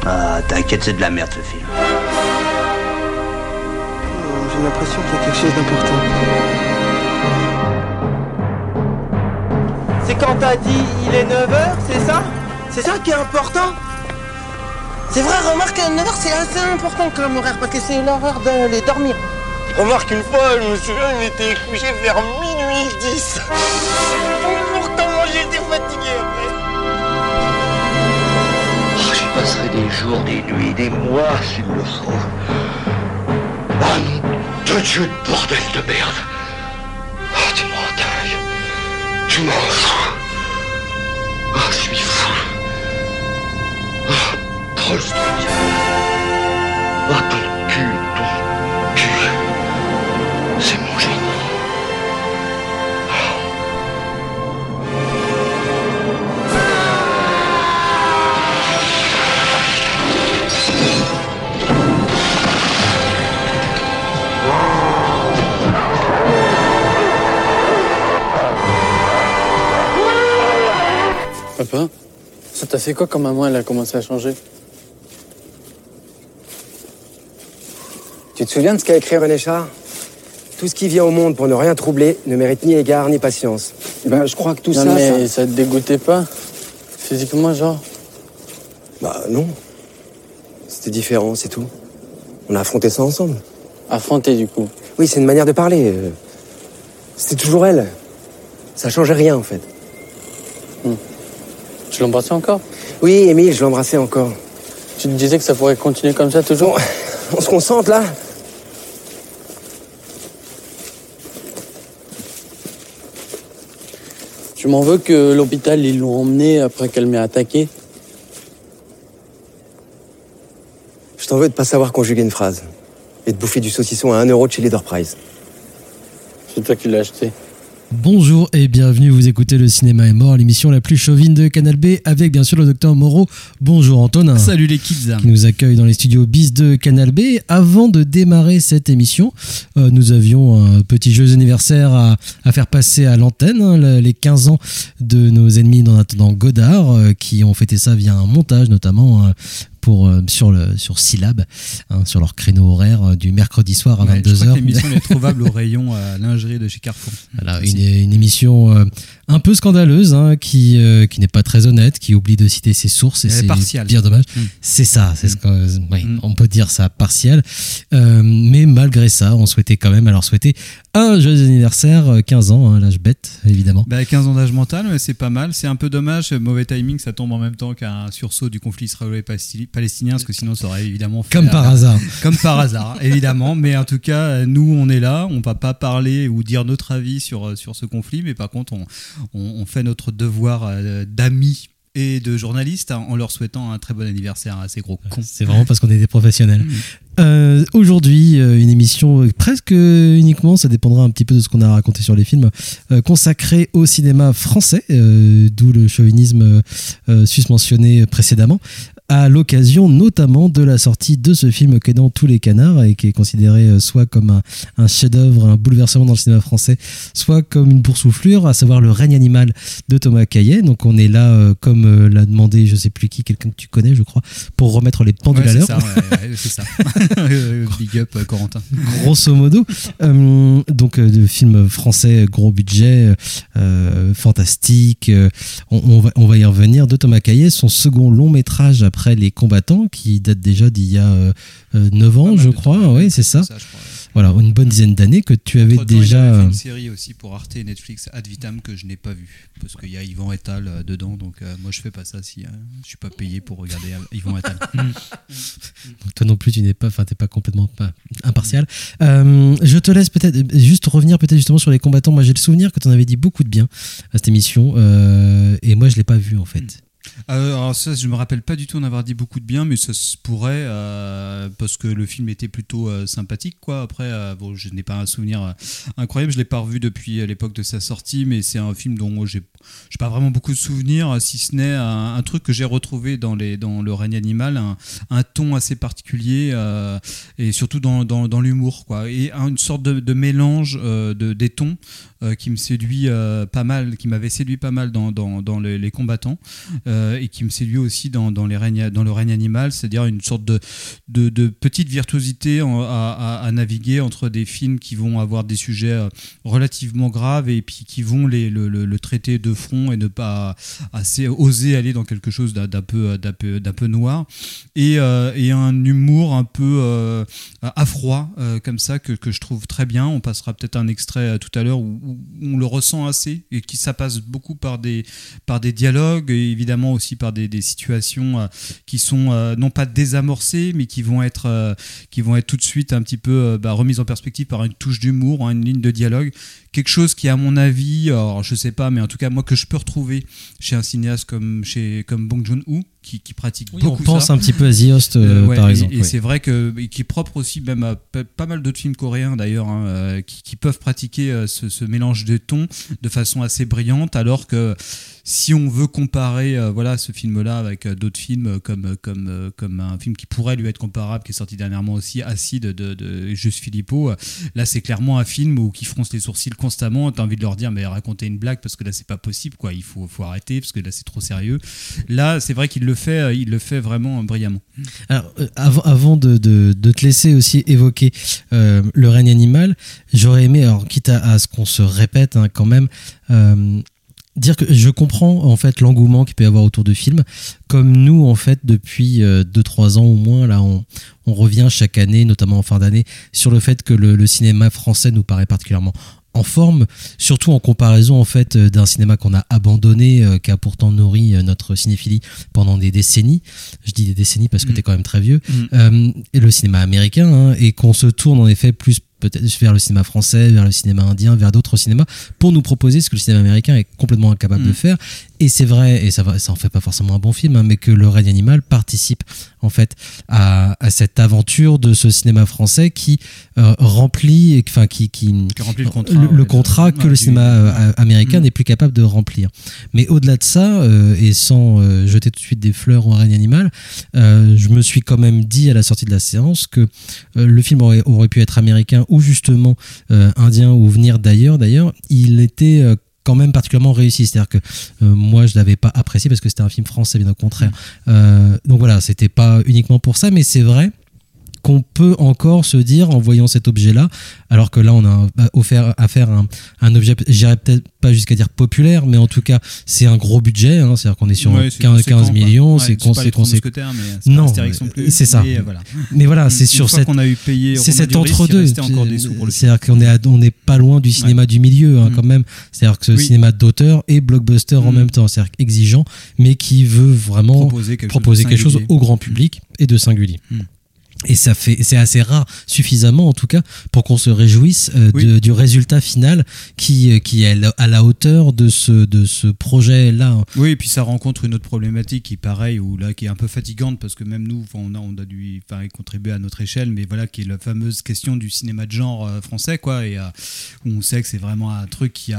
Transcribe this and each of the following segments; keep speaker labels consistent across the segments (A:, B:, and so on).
A: Ah, t'inquiète, c'est de la merde ce film.
B: J'ai l'impression qu'il y a quelque chose d'important. C'est quand t'as dit il est 9h, c'est ça? C'est ça qui est important? C'est vrai, remarque, 9h c'est assez important comme horaire parce que c'est l'heure d'aller dormir. Remarque, une fois, je me souviens, il était couché vers minuit 10. Pourtant, moi j'étais fatigué après.
A: Oh, j'y passerai des jours, des nuits, des mois s'il le faut. Ah non, de Dieu de bordel de merde. Ah, tu m'en dingue. Je m'en fous. Ah, je suis fou. Ah, trop le truc. Ah, ton cul. C'est mon génie.
C: Papa, ça t'a fait quoi quand maman elle a commencé à changer?
D: Tu te souviens de ce qu'a écrit René Char? Tout ce qui vient au monde pour ne rien troubler ne mérite ni égard ni patience. Ben, je crois que tout
C: non,
D: ça...
C: mais ça te dégoûtait pas? Physiquement, genre?
D: Bah non. C'était différent, c'est tout. On a affronté ça ensemble.
C: Affronter, du coup?
D: Oui, c'est une manière de parler. C'était toujours elle. Ça changeait rien, en fait.
C: Tu l'embrassais encore?
D: Oui, Émile, je l'embrassais encore.
C: Tu te disais que ça pourrait continuer comme ça, toujours?
D: Bon, on se concentre, là?
C: Tu m'en veux que l'hôpital, ils l'ont emmené après qu'elle m'ait attaqué?
D: Je t'en veux de pas savoir conjuguer une phrase. Et de bouffer du saucisson à 1 € de chez Leader Price.
C: C'est toi qui l'as acheté.
E: Bonjour et bienvenue, vous écoutez Le Cinéma est mort, l'émission la plus chauvine de Canal B avec bien sûr le docteur Moreau. Bonjour Antonin.
F: Salut les kids.
E: Qui nous accueille dans les studios bis de Canal B. Avant de démarrer cette émission, nous avions un petit jeu d'anniversaire à faire passer à l'antenne, les 15 ans de nos ennemis dans Godard, qui ont fêté ça via un montage notamment sur Syllab, sur leur créneau horaire du mercredi soir à 22h.
F: Je crois que l'émission est trouvable au rayon lingerie de chez Carrefour.
E: Voilà, une émission un peu scandaleuse, qui n'est pas très honnête, qui oublie de citer ses sources et c'est bien dommage. C'est ça, on peut dire ça, partial. Mais malgré ça, on souhaitait quand même souhaiter un joyeux anniversaire, 15 ans, l'âge bête, évidemment.
F: 15 ans d'âge mental, mais c'est pas mal. C'est un peu dommage, mauvais timing, ça tombe en même temps qu'un sursaut du conflit israélo-palestinien, parce que sinon ça aurait évidemment fait...
E: Comme par hasard.
F: Comme par hasard, évidemment. Mais en tout cas, nous, on est là, on va pas parler ou dire notre avis sur ce conflit, mais par contre, on fait notre devoir d'amis et de journalistes en leur souhaitant un très bon anniversaire à ces gros cons.
E: C'est vraiment parce qu'on est des professionnels. Aujourd'hui, une émission presque uniquement, ça dépendra un petit peu de ce qu'on a raconté sur les films, consacrée au cinéma français, d'où le chauvinisme susmentionné précédemment, à l'occasion notamment de la sortie de ce film qui est dans tous les canards et qui est considéré soit comme un chef-d'œuvre, un bouleversement dans le cinéma français, soit comme une boursouflure, à savoir Le règne animal de Thomas Caillet. Donc on est là, comme l'a demandé je sais plus qui, quelqu'un que tu connais je crois, pour remettre les pendules à l'heure.
F: C'est ça. Big up Corentin.
E: Grosso modo. Donc de film français, gros budget, fantastique. On va y revenir, de Thomas Caillet, son second long métrage après Les Combattants, qui date déjà d'il y a 9 ans, je crois. Oui, c'est ça. Voilà, une bonne dizaine d'années que tu avais déjà...
F: Il avait fait une série aussi pour Arte et Netflix, Ad Vitam, que je n'ai pas vu, parce qu'il y a Yvan Ettal dedans, donc moi je fais pas ça si je suis pas payé pour regarder Yvan Ettal.
E: Toi non plus, t'es pas complètement impartial. Je te laisse peut-être juste revenir justement sur Les Combattants. Moi j'ai le souvenir que tu en avais dit beaucoup de bien à cette émission, et moi je l'ai pas vu en fait.
F: Alors ça, je me rappelle pas du tout en avoir dit beaucoup de bien, mais ça se pourrait parce que le film était plutôt sympathique, quoi. Après, je n'ai pas un souvenir incroyable, je l'ai pas revu depuis l'époque de sa sortie, mais c'est un film dont j'ai pas vraiment beaucoup de souvenirs, si ce n'est un truc que j'ai retrouvé dans Le règne animal, un ton assez particulier et surtout dans l'humour, quoi, et une sorte de mélange des tons qui me séduit pas mal, qui m'avait séduit pas mal dans les combattants, et qui me séduit aussi dans le règne animal, c'est-à-dire une sorte de petite virtuosité à naviguer entre des films qui vont avoir des sujets relativement graves et puis qui vont le traiter de front et ne pas assez oser aller dans quelque chose d'un peu noir, et un humour un peu à froid, comme ça, que je trouve très bien. On passera peut-être un extrait tout à l'heure où on le ressent assez, et ça passe beaucoup par des dialogues, et évidemment aussi par des situations qui sont non pas désamorcées, mais qui vont être tout de suite un petit peu remises en perspective par une touche d'humour, une ligne de dialogue. Quelque chose qui, à mon avis, alors je sais pas, mais en tout cas moi, que je peux retrouver chez un cinéaste comme Bong Joon-ho, qui pratique beaucoup ça.
E: On pense un petit peu à The Host, par exemple.
F: Et c'est vrai et qui est propre aussi même à pas mal d'autres films coréens d'ailleurs, qui peuvent pratiquer ce mélange de tons de façon assez brillante, alors que si on veut comparer ce film-là avec d'autres films comme un film qui pourrait lui être comparable, qui est sorti dernièrement aussi, Acide de Juste Philippot, là c'est clairement un film qui fronce les sourcils constamment. T'as envie de leur dire mais racontez une blague, parce que là c'est pas possible, quoi. Il faut arrêter, parce que là c'est trop sérieux. Là c'est vrai qu'il le fait vraiment brillamment.
E: Alors avant de te laisser aussi évoquer le règne animal, j'aurais aimé, alors quitte à ce qu'on se répète quand même, dire que je comprends en fait l'engouement qu'il peut y avoir autour de films. Comme nous, en fait, depuis 2-3 ans au moins, là, on revient chaque année, notamment en fin d'année, sur le fait que le cinéma français nous paraît particulièrement en forme, surtout en comparaison en fait d'un cinéma qu'on a abandonné, qui a pourtant nourri notre cinéphilie pendant des décennies. Je dis des décennies parce que t'es quand même très vieux. Et le cinéma américain, et qu'on se tourne en effet plus peut-être vers le cinéma français, vers le cinéma indien, vers d'autres cinémas, pour nous proposer ce que le cinéma américain est complètement incapable de faire. Et c'est vrai, et ça en fait pas forcément un bon film, mais que Le règne animal participe en fait à cette aventure de ce cinéma français qui remplit, enfin qui
F: remplit
E: le contrat que le cinéma américain n'est plus capable de remplir. Mais au-delà de ça, et sans jeter tout de suite des fleurs au règne animal, je me suis quand même dit à la sortie de la séance que le film aurait pu être américain ou justement indien ou venir d'ailleurs, il était quand même particulièrement réussi, c'est-à-dire que moi je l'avais pas apprécié parce que c'était un film français, bien au contraire. Donc voilà, c'était pas uniquement pour ça, mais c'est vrai qu'on peut encore se dire, en voyant cet objet-là, alors que là on a affaire à un objet, j'irais peut-être pas jusqu'à dire populaire, mais en tout cas c'est un gros budget, c'est-à-dire qu'on est sur 15 millions, c'est
F: conséquent.
E: Non, c'est ça. Mais voilà, c'est sur cette
F: qu'on a eu payé,
E: c'est cet entre-deux. C'est-à-dire qu'on n'est pas loin du cinéma du milieu quand même. C'est-à-dire que ce cinéma d'auteur et blockbuster en même temps, c'est-à-dire exigeant, mais qui veut vraiment proposer quelque chose au grand public et de singulier. Et c'est assez rare, suffisamment en tout cas, pour qu'on se réjouisse du résultat final qui est à la hauteur de ce projet-là.
F: Oui, et puis ça rencontre une autre problématique qui est un peu fatigante, parce que même nous, on a dû y contribuer à notre échelle, mais voilà, qui est la fameuse question du cinéma de genre français, quoi, et où on sait que c'est vraiment un truc qui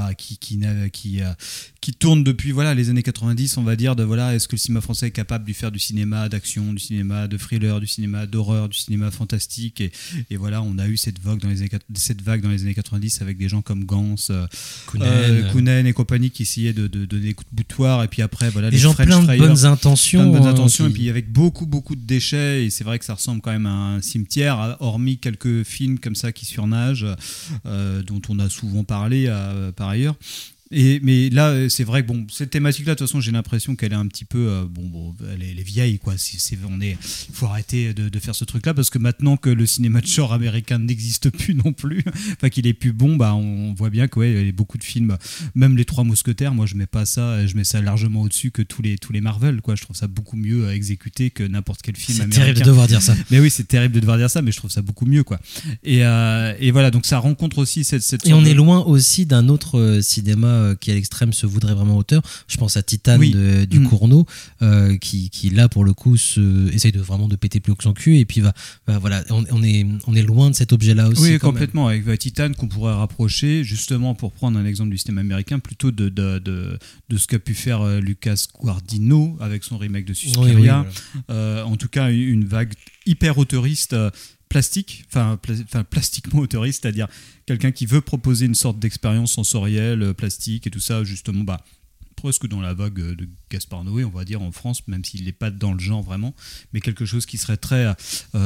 F: tourne depuis les années 90, on va dire, est-ce que le cinéma français est capable de faire du cinéma d'action, du cinéma de thriller, du cinéma d'horreur, du cinéma fantastique, et voilà, on a eu cette vague dans les années 90 avec des gens comme Gans, Kounen et compagnie, qui essayaient de donner des coups de boutoir, et puis après
E: les gens plein de bonnes intentions,
F: et puis avec beaucoup de déchets, et c'est vrai que ça ressemble quand même à un cimetière, hormis quelques films comme ça qui surnagent, dont on a souvent parlé par ailleurs. Mais là, c'est vrai que cette thématique-là, de toute façon, j'ai l'impression qu'elle est un petit peu, elle est vieille, quoi. Il faut arrêter de faire ce truc-là, parce que maintenant que le cinéma de genre américain n'existe plus non plus, qu'il est plus bon, on voit bien qu'il y a beaucoup de films, même les Trois Mousquetaires. Moi, je mets pas ça, je mets ça largement au-dessus que tous les Marvel, quoi. Je trouve ça beaucoup mieux exécuté que n'importe quel film américain.
E: C'est terrible de devoir dire ça.
F: Mais oui, c'est terrible de devoir dire ça, mais je trouve ça beaucoup mieux, quoi. Et voilà, donc ça rencontre aussi cette.
E: Et on est loin aussi d'un autre cinéma qui à l'extrême se voudrait vraiment auteur. Je pense à Titane du Cournot, qui là pour le coup essaye vraiment de péter plus haut que son cul, et puis voilà, on est loin de cet objet-là aussi.
F: Oui, complètement, avec Titane qu'on pourrait rapprocher, justement, pour prendre un exemple du cinéma américain, plutôt de ce qu'a pu faire Lucas Guardino avec son remake de Suspiria. En tout cas, une vague hyper autoriste, plastique, plastiquement autoriste, c'est-à-dire quelqu'un qui veut proposer une sorte d'expérience sensorielle, plastique et tout ça, justement, presque dans la vague de Gaspard Noé, on va dire, en France, même s'il n'est pas dans le genre vraiment, mais quelque chose qui serait très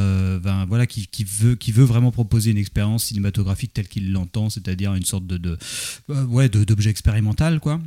F: qui veut vraiment proposer une expérience cinématographique telle qu'il l'entend, c'est-à-dire une sorte d'objet expérimental, quoi.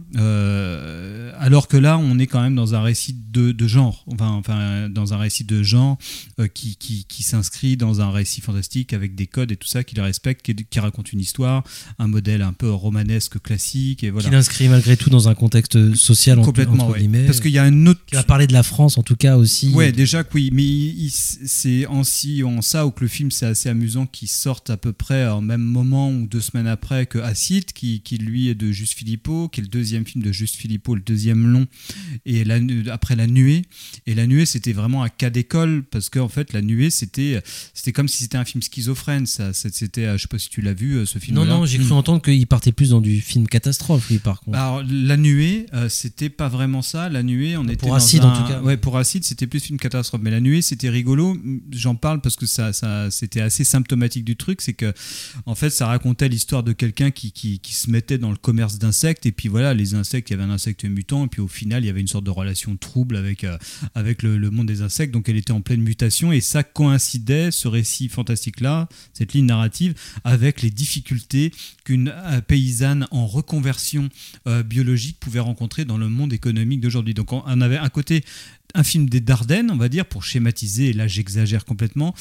F: Alors que là, on est quand même dans un récit de genre, dans un récit de genre qui s'inscrit dans un récit fantastique avec des codes et tout ça, qui le respecte, qui raconte une histoire, un modèle un peu romanesque classique, et voilà.
E: Qui l'inscrit malgré tout dans un contexte social
F: complètement,
E: entre guillemets,
F: parce qu'il y a un autre
E: qui va parler de la France en tout cas aussi.
F: Ouais, déjà que oui, mais c'est en ça où que le film, c'est assez amusant qu'il sorte à peu près au même moment ou 2 semaines après que Acide, qui lui est de Juste Philippot, qui est le deuxième film de Juste Philippot, le deuxième long, et après La Nuée. Et La Nuée, c'était vraiment un cas d'école, parce qu'en fait, La Nuée, c'était comme si c'était un film schizophrène. C'était, je sais pas si tu l'as vu, ce film.
E: Non, j'ai cru entendre qu'il partait plus dans du film catastrophe, lui, par contre.
F: Alors, La Nuée, c'était pas vraiment ça. La Nuée, on était
E: pour Acide en tout cas.
F: Ouais, pour Acide, c'était plus film catastrophe. Mais La Nuée, c'était rigolo. J'en parle parce que ça c'était assez symptomatique du truc. C'est que, en fait, ça racontait l'histoire de quelqu'un qui se mettait dans le commerce d'insectes. Et puis voilà, les insectes, il y avait un insecte mutant. Et puis au final, il y avait une sorte de relation trouble avec le monde des insectes. Donc elle était en pleine mutation. Et ça coïncidait, ce récit fantastique-là, cette ligne narrative, avec les difficultés qu'une paysanne en reconversion biologique pouvait rencontrer dans le monde économique d'aujourd'hui. Donc on avait un côté un film des Dardennes, on va dire, pour schématiser, et là j'exagère complètement,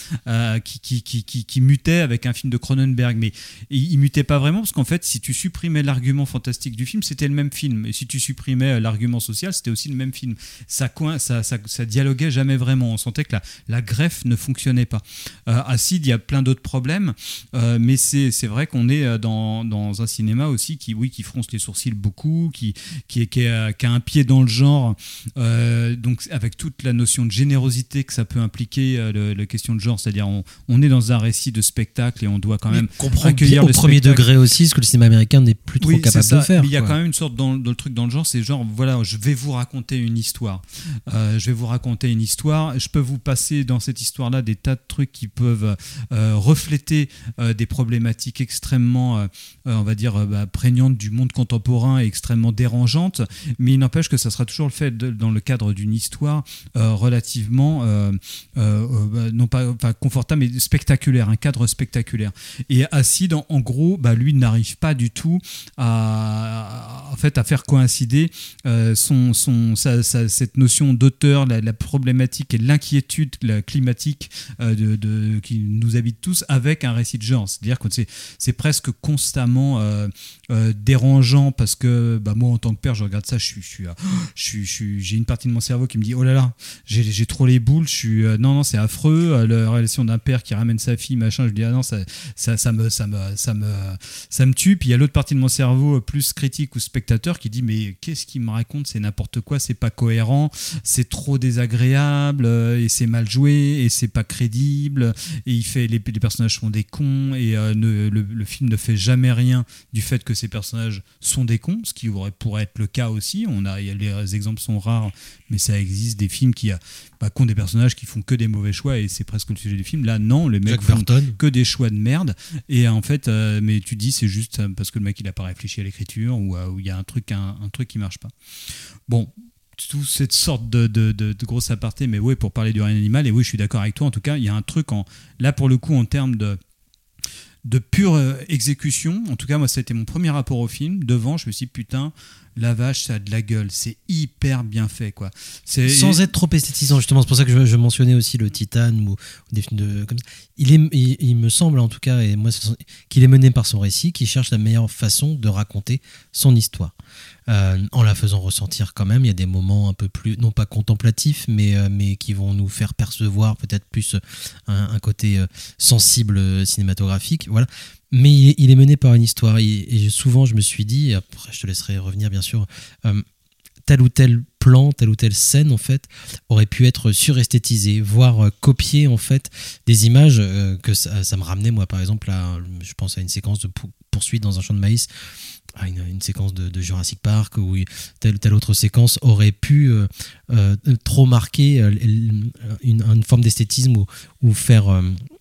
F: qui mutait avec un film de Cronenberg, mais il mutait pas vraiment, parce qu'en fait, si tu supprimais l'argument fantastique du film, c'était le même film, et si tu supprimais l'argument social, c'était aussi le même film. Ça dialoguait jamais vraiment, on sentait que la greffe ne fonctionnait pas. Acide, il y a plein d'autres problèmes, mais c'est vrai qu'on est dans un cinéma aussi qui fronce les sourcils beaucoup, qui a un pied dans le genre, donc avec toute la notion de générosité que ça peut impliquer, la question de genre, c'est-à-dire on est dans un récit de spectacle et on doit quand même accueillir
E: au
F: le
E: premier
F: spectacle.
E: degré aussi, ce que le cinéma américain n'est plus trop capable de faire.
F: Mais il y a quand même une sorte dans le truc dans le genre, c'est genre voilà, je vais vous raconter une histoire. Je peux vous passer dans cette histoire-là des tas de trucs qui peuvent refléter des problématiques extrêmement, on va dire, prégnantes du monde contemporain et extrêmement dérangeantes, mais il n'empêche que ça sera toujours le fait dans le cadre d'une histoire relativement non pas confortable mais spectaculaire, un cadre spectaculaire. Et Acide en gros lui n'arrive pas du tout à faire coïncider cette notion d'auteur, la problématique et l'inquiétude climatique qui nous habite tous, avec un récit de genre. C'est-à-dire que c'est presque constamment dérangeant, parce que moi en tant que père, je regarde ça, j'ai une partie de mon cerveau qui me dit oh là là, j'ai trop les boules, non c'est affreux, la relation d'un père qui ramène sa fille, machin, je dis ah non, ça me tue. Puis il y a l'autre partie de mon cerveau plus critique ou spectateur qui dit mais qu'est-ce qu'il me raconte, c'est n'importe quoi, c'est pas cohérent, c'est trop désagréable, et c'est mal joué, et c'est pas crédible, et les personnages sont des cons, et le film ne fait jamais rien du fait que ces personnages sont des cons, ce qui pourrait être le cas aussi. Les exemples sont rares, mais ça existe, des films qui ont des personnages qui font que des mauvais choix, et c'est presque le sujet du film. Là non, les mecs font que des choix de merde, et en fait mais tu dis c'est juste parce que le mec il a pas réfléchi à l'écriture, ou il y a un truc qui marche pas. Bon, toute cette sorte de grosse aparté, mais oui, pour parler du règne animal, et oui, je suis d'accord avec toi, en tout cas il y a un truc là pour le coup en termes de pure exécution. En tout cas moi ça a été mon premier rapport au film. Devant je me suis dit putain, la vache, ça a de la gueule, c'est hyper bien fait quoi.
E: Sans être trop esthétisant, justement, c'est pour ça que je mentionnais aussi le Titane ou des films comme ça. Il me semble en tout cas, et moi, qu'il est mené par son récit, qui cherche la meilleure façon de raconter son histoire, en la faisant ressentir quand même. Il y a des moments un peu plus, non pas contemplatifs, mais qui vont nous faire percevoir peut-être plus un côté sensible cinématographique, voilà. Mais il est mené par une histoire, et souvent je me suis dit, après je te laisserai revenir bien sûr, tel ou tel plan, telle ou telle scène en fait aurait pu être suresthétisée, voire copier en fait des images que ça me ramenait moi par exemple je pense à une séquence de poursuite dans un champ de maïs, à une séquence de Jurassic Park, où telle autre séquence aurait pu trop marquer une forme d'esthétisme, ou faire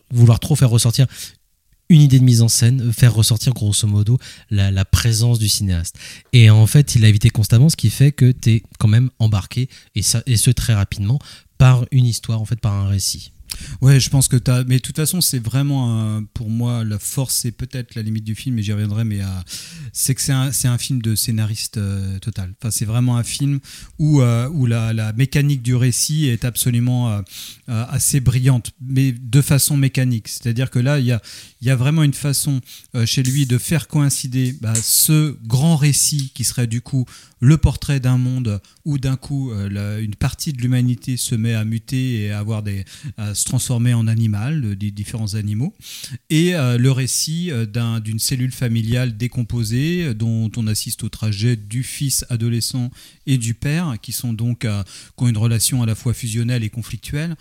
E: vouloir trop faire ressortir une idée de mise en scène, faire ressortir grosso modo la présence du cinéaste. Et en fait, il l'a évité constamment, ce qui fait que tu es quand même embarqué, et ce très rapidement, par une histoire, en fait, par un récit.
F: Ouais, je pense que t'as. Mais de toute façon, c'est vraiment pour moi la force, c'est peut-être la limite du film, mais j'y reviendrai. Mais c'est que c'est un film de scénariste total. Enfin, c'est vraiment un film où la mécanique du récit est absolument assez brillante, mais de façon mécanique. C'est-à-dire que là, il y a vraiment une façon chez lui de faire coïncider ce grand récit qui serait du coup le portrait d'un monde où d'un coup une partie de l'humanité se met à muter et à se transformer en animal, des différents animaux, et le récit d'une cellule familiale décomposée dont on assiste au trajet du fils adolescent et du père, qui sont donc qui ont une relation à la fois fusionnelle et conflictuelle,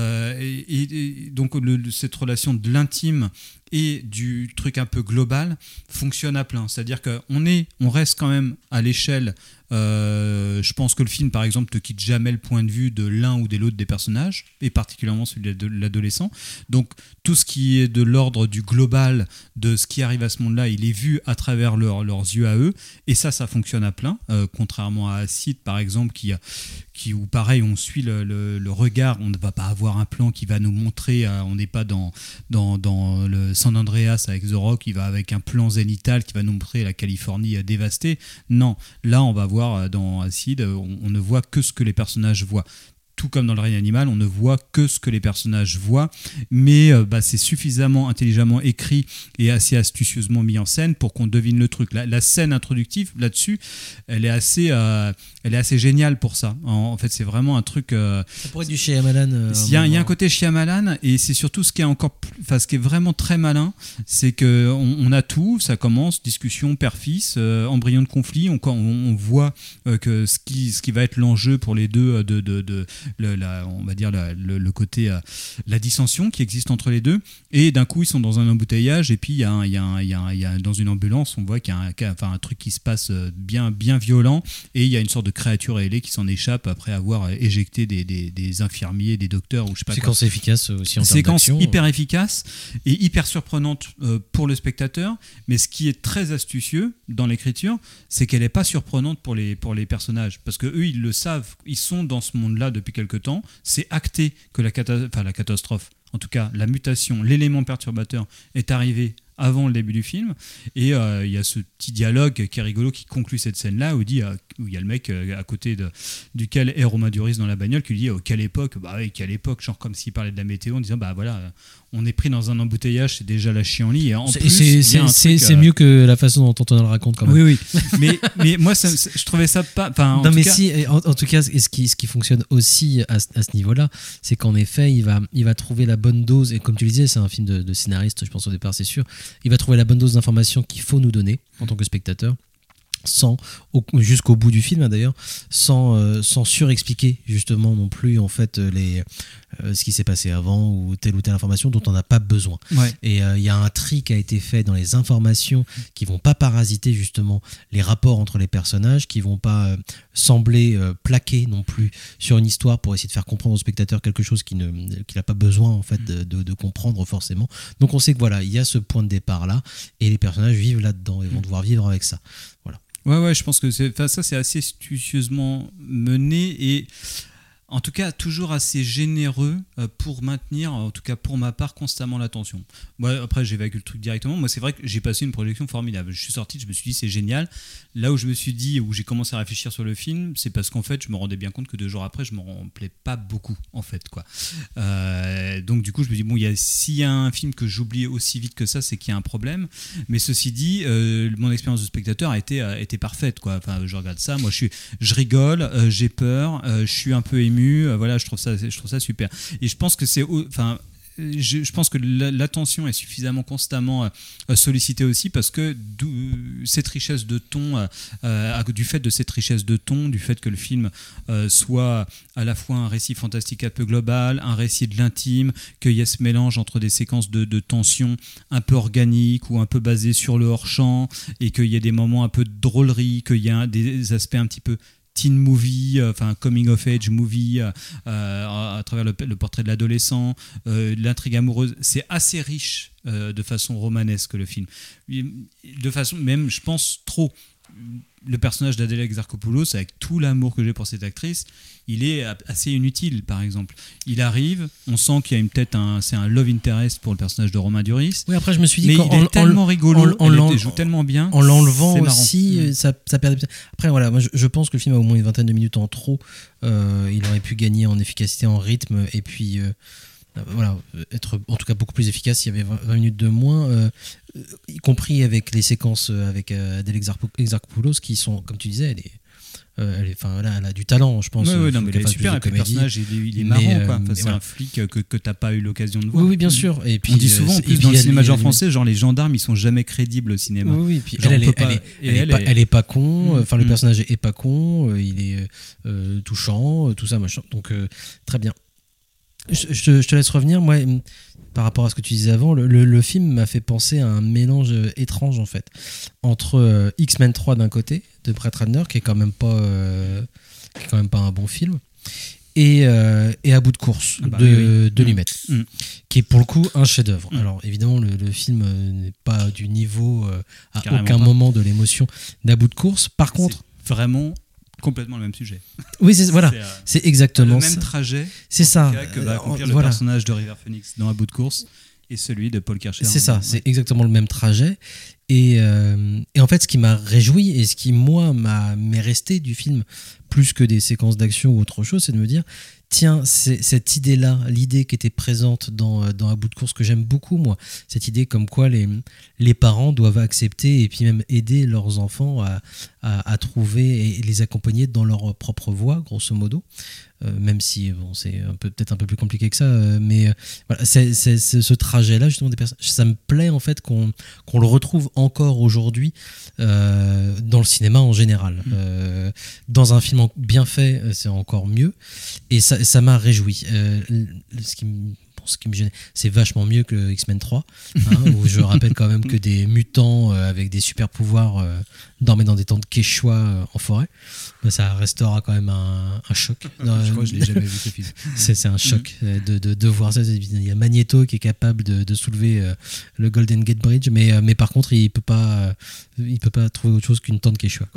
F: et donc cette relation de l'intime et du truc un peu global fonctionne à plein. C'est-à-dire qu'on reste quand même à l'échelle. Je pense que le film, par exemple, ne quitte jamais le point de vue de l'un ou de l'autre des personnages, et particulièrement celui de l'adolescent. Donc, tout ce qui est de l'ordre du global, de ce qui arrive à ce monde-là, il est vu à travers leurs yeux à eux, et ça fonctionne à plein, contrairement à Acide, par exemple, où pareil, on suit le regard, on ne va pas avoir un plan qui va nous montrer, on n'est pas dans le San Andreas avec The Rock, qui va avec un plan zénithal qui va nous montrer la Californie dévastée. Non, là on va voir dans Acide, on ne voit que ce que les personnages voient. Tout comme dans le règne animal, on ne voit que ce que les personnages voient, mais c'est suffisamment intelligemment écrit et assez astucieusement mis en scène pour qu'on devine le truc. La scène introductive là-dessus, elle est assez géniale pour ça. En fait, c'est vraiment un truc.
E: Ça pourrait être du Shyamalan.
F: Il y a un côté Shyamalan, et c'est surtout ce qui est vraiment très malin, c'est que on a tout. Ça commence discussion père-fils, embryon de conflit. On voit que ce qui va être l'enjeu pour les deux on va dire le côté la dissension qui existe entre les deux, et d'un coup ils sont dans un embouteillage, et puis il y a dans une ambulance, on voit qu'il y a un truc qui se passe bien violent, et il y a une sorte de créature ailée qui s'en échappe après avoir éjecté des infirmiers, des docteurs, ou je sais pas.
E: Séquence efficace aussi en termes
F: séquence
E: d'action.
F: Hyper efficace et hyper surprenante pour le spectateur, mais ce qui est très astucieux dans l'écriture, c'est qu'elle n'est pas surprenante pour les personnages, parce que eux ils le savent, ils sont dans ce monde-là depuis quelque temps, c'est acté que la catastrophe, en tout cas la mutation, l'élément perturbateur est arrivé avant le début du film, et il y a ce petit dialogue qui est rigolo qui conclut cette scène-là, où il y a le mec à côté duquel est Romain Duris dans la bagnole, qui lui dit quelle époque, quelle époque, genre comme s'il parlait de la météo, en disant voilà, on est pris dans un embouteillage, c'est déjà la chienlit, et en plus
E: c'est mieux que la façon dont on le raconte quand même.
F: Oui mais moi je trouvais ça pas,
E: en tout cas ce qui fonctionne aussi à ce niveau-là, c'est qu'en effet il va trouver la bonne dose, et comme tu le disais, c'est un film de scénariste, je pense au départ, c'est sûr. Il va trouver la bonne dose d'informations qu'il faut nous donner en tant que spectateur, jusqu'au bout du film d'ailleurs, sans surexpliquer justement non plus en fait ce qui s'est passé avant, ou telle information dont on n'a pas besoin.
F: Ouais.
E: Et il y a un tri qui a été fait dans les informations qui vont pas parasiter justement les rapports entre les personnages, qui vont pas sembler plaquer non plus sur une histoire pour essayer de faire comprendre au spectateur quelque chose qu'il n'a pas besoin en fait de comprendre forcément. Donc on sait que voilà, il y a ce point de départ là, et les personnages vivent là-dedans et vont devoir vivre avec ça. Voilà.
F: Ouais, je pense que ça c'est assez astucieusement mené, et en tout cas toujours assez généreux pour maintenir, en tout cas pour ma part, constamment l'attention. Moi, après j'évacue le truc directement. Moi c'est vrai que j'ai passé une projection formidable. Je suis sorti, je me suis dit c'est génial. Là où j'ai commencé à réfléchir sur le film, c'est parce qu'en fait je me rendais bien compte que 2 jours après je me rappelais pas beaucoup en fait, quoi. Donc du coup je me dis s'il y a un film que j'oublie aussi vite que ça, c'est qu'il y a un problème. Mais ceci dit, mon expérience de spectateur a été parfaite, quoi. Enfin, je regarde ça, moi je rigole, j'ai peur, je suis un peu ému. Voilà, je trouve ça super, et je pense que je pense que l'attention est suffisamment constamment sollicitée aussi, parce que cette richesse de ton, du fait de cette richesse de ton, du fait que le film soit à la fois un récit fantastique un peu global, un récit de l'intime, qu'il y ait ce mélange entre des séquences de tension un peu organiques ou un peu basées sur le hors-champ, et qu'il y ait des moments un peu de drôlerie, qu'il y ait des aspects un petit peu teen movie, enfin coming of age movie, à travers le portrait de l'adolescent, l'intrigue amoureuse. C'est assez riche de façon romanesque, le film. De façon, même, je pense, trop. Le personnage d'Adèle Exarchopoulos, avec tout l'amour que j'ai pour cette actrice, il est assez inutile, par exemple. Il arrive, on sent qu'il y a peut-être c'est un love interest pour le personnage de Romain Duris.
E: Oui, après je me suis dit
F: mais il est tellement rigolo, elle joue tellement bien.
E: En l'enlevant aussi, ça perd. Après voilà, moi je pense que le film a au moins une vingtaine de minutes en trop. Il aurait pu gagner en efficacité, en rythme, et puis voilà, être en tout cas beaucoup plus efficace s'il y avait 20 minutes de moins, y compris avec les séquences avec Adèle Exarchopoulos qui sont, comme tu disais, elle a du talent, je pense.
F: Oui, non, mais elle est super, et puis le personnage il est marrant, quoi. Enfin, c'est
E: voilà.
F: un flic que t'as pas eu l'occasion de voir.
E: Oui, bien sûr. Et puis,
F: on dit souvent, en plus, dans le cinéma genre français, genre les gendarmes, ils sont jamais crédibles au cinéma.
E: Oui, puis elle est pas con, enfin le personnage est pas con, il est touchant, tout ça, machin. Donc, très bien. Je te laisse revenir. Moi, par rapport à ce que tu disais avant, le film m'a fait penser à un mélange étrange, en fait, entre X-Men 3 d'un côté, de Brett Ratner, qui est quand même pas un bon film, et À bout de course de Lumet, qui est pour le coup un chef-d'œuvre. Alors évidemment, le film n'est pas du niveau à
F: Carrément
E: aucun
F: pas.
E: moment de l'émotion d'À bout de course. Par contre,
F: c'est vraiment complètement le même sujet.
E: Oui, c'est exactement
F: le même trajet.
E: C'est ça.
F: Que va accomplir le personnage de River Phoenix dans À bout de course et celui de Paul Kircher.
E: C'est ça, c'est exactement le même trajet. Et en fait, ce qui m'a réjoui et ce qui, moi, m'est resté du film, plus que des séquences d'action ou autre chose, c'est de me dire, tiens, c'est cette idée-là, l'idée qui était présente dans À bout de course, que j'aime beaucoup, moi. Cette idée comme quoi les parents doivent accepter et puis même aider leurs enfants à trouver et les accompagner dans leur propre voie, grosso modo. Même si c'est peut-être un peu plus compliqué que ça, mais voilà, c'est ce trajet-là, justement, des personnes. Ça me plaît, en fait, qu'on le retrouve encore aujourd'hui dans le cinéma en général. Dans un film bien fait, c'est encore mieux. Et ça m'a réjoui. Ce qui me gênait, c'est vachement mieux que X-Men 3, où je rappelle quand même que des mutants avec des super pouvoirs dormaient dans des tentes quechua en forêt. Mais ça restera quand même un choc.
F: Je crois que je l'ai jamais vu ce film.
E: C'est un choc de voir ça. Il y a Magneto qui est capable de soulever le Golden Gate Bridge, mais par contre il peut pas trouver autre chose qu'une tente quechua.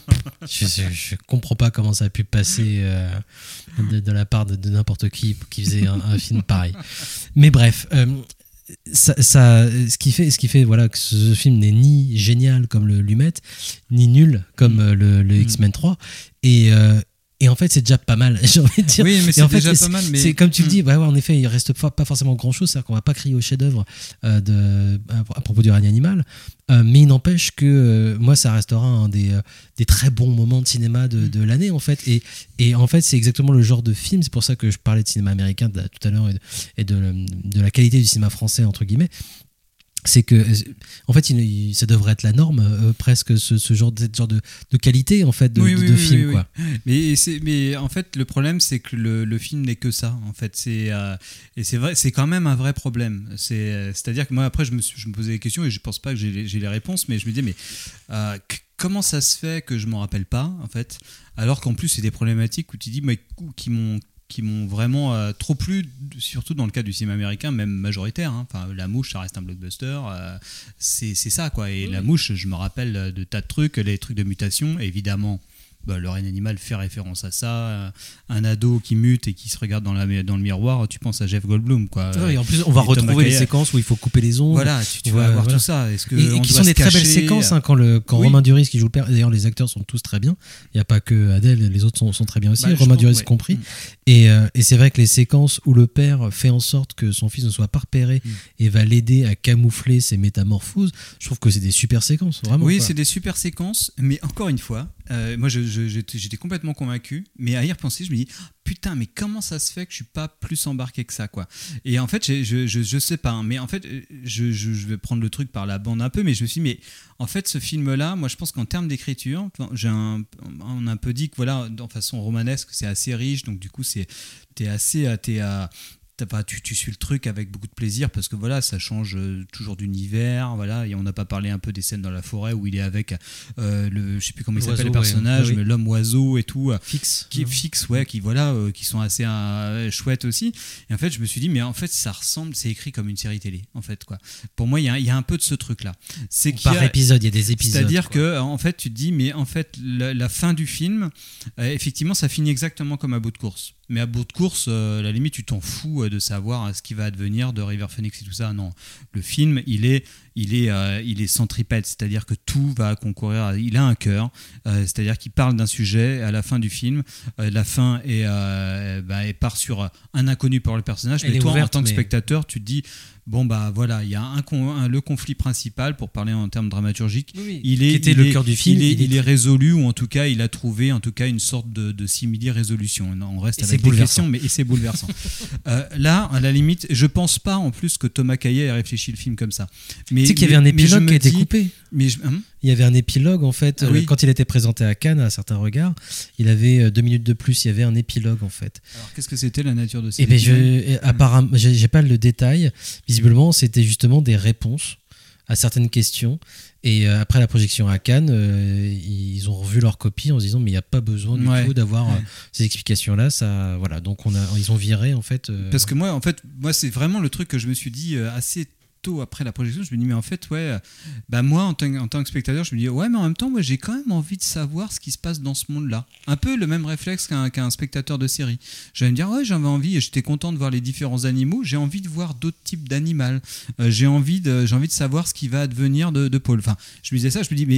E: Je comprends pas comment ça a pu passer de la part de n'importe qui faisait un film pareil. Mais bref, ce qui fait voilà, que ce film n'est ni génial comme le Lumet, ni nul comme le X-Men 3. Et en fait, c'est déjà pas mal, j'ai envie de dire.
F: Oui, mais c'est déjà pas mal. Mais...
E: C'est comme tu le dis, ouais, en effet, il reste pas forcément grand-chose. C'est-à-dire qu'on va pas crier au chef-d'œuvre à propos du règne animal. Mais il n'empêche que moi, ça restera un des très bons moments de cinéma de l'année, en fait. Et en fait, c'est exactement le genre de film. C'est pour ça que je parlais de cinéma américain tout à l'heure et de la qualité du cinéma français, entre guillemets. C'est que en fait ça devrait être la norme, presque ce genre de qualité, en fait, de film,
F: oui.
E: quoi.
F: Mais en fait le problème, c'est que le film n'est que ça, en fait. Et c'est vrai, c'est quand même un vrai problème. C'est-à-dire que moi, après, je me posais des questions et je pense pas que j'ai les réponses, mais je me disais, mais comment ça se fait que je m'en rappelle pas, en fait, alors qu'en plus c'est des problématiques où tu dis, mais qui m'ont vraiment trop plu, surtout dans le cas du cinéma américain, même majoritaire. Enfin, La Mouche, ça reste un blockbuster. C'est ça, quoi. Et La Mouche, je me rappelle de tas de trucs, les trucs de mutation, évidemment. Le règne animal fait référence à ça. Un ado qui mute et qui se regarde dans le miroir, tu penses à Jeff Goldblum, quoi.
E: Et en plus, on va retrouver les séquences où il faut couper les ongles.
F: Voilà, tu vas avoir tout ça. Est-ce que
E: et qui sont des très belles séquences, quand Romain Duris qui joue le père. D'ailleurs, les acteurs sont tous très bien. Il n'y a pas que Adèle, les autres sont très bien aussi. Romain Duris compris. Et c'est vrai que les séquences où le père fait en sorte que son fils ne soit pas repéré et va l'aider à camoufler ses métamorphoses, je trouve que c'est des super séquences, vraiment.
F: Oui, c'est des super séquences, mais encore une fois, moi j'étais complètement convaincu, mais à y repenser, je me dis putain, mais comment ça se fait que je suis pas plus embarqué que ça, quoi. Et en fait, je sais pas, mais en fait, je vais prendre le truc par la bande un peu, mais je me suis dit, mais en fait, ce film-là, moi je pense qu'en termes d'écriture, on a un peu dit que voilà, de façon romanesque, c'est assez riche, donc du coup, t'es tu suis le truc avec beaucoup de plaisir parce que voilà, ça change toujours d'univers, voilà, et on n'a pas parlé un peu des scènes dans la forêt où il est avec je sais plus comment il s'appelle le personnage, mais l'homme oiseau et tout,
E: Fixe,
F: qui est fixe, qui sont assez chouettes aussi. Et en fait, je me suis dit, mais en fait, ça ressemble, c'est écrit comme une série télé, en fait, quoi. Pour moi, il y a un peu de ce truc-là. C'est
E: par épisode, il y a des épisodes.
F: C'est-à-dire que, en fait, tu te dis, mais en fait, la fin du film, effectivement, ça finit exactement comme à bout de course. Mais à bout de course, à la limite, tu t'en fous de savoir ce qui va advenir de River Phoenix et tout ça. Non, le film, il est centripète, c'est-à-dire que tout va concourir. Il a un cœur, c'est-à-dire qu'il parle d'un sujet à la fin du film. La fin elle part sur un inconnu pour le personnage. Mais toi, en tant que spectateur, tu te dis. Bon voilà, il y a le conflit principal pour parler en termes dramaturgiques.
E: Le cœur du film.
F: Il est résolu ou en tout cas il a trouvé une sorte de simili-résolution. On reste avec des questions, mais c'est bouleversant. Là, à la limite, je pense pas en plus que Thomas Caillet ait réfléchi le film comme ça. Mais
E: tu sais qu'il y avait un épilogue qui a été coupé. Il y avait un épilogue en fait, quand il était présenté à Cannes à certains regards, il avait 2 minutes de plus, il y avait un épilogue en fait.
F: Alors qu'est-ce que c'était la nature de cet épilogue ?
E: Apparemment, j'ai pas le détail. Visiblement, c'était justement des réponses à certaines questions. Et après la projection à Cannes, ils ont revu leur copie en se disant mais il n'y a pas besoin du tout d'avoir ces explications-là. Ça, voilà, donc ils ont viré en fait.
F: Parce que moi, c'est vraiment le truc que je me suis dit assez tôt après la projection, je me dis mais en fait moi en tant que spectateur je me dis mais en même temps moi j'ai quand même envie de savoir ce qui se passe dans ce monde-là, un peu le même réflexe qu'un spectateur de série. J'allais me dire j'avais envie, j'étais content de voir les différents animaux, j'ai envie de voir d'autres types d'animaux, j'ai envie de savoir ce qui va advenir de Paul. Enfin je me disais ça, je me dis mais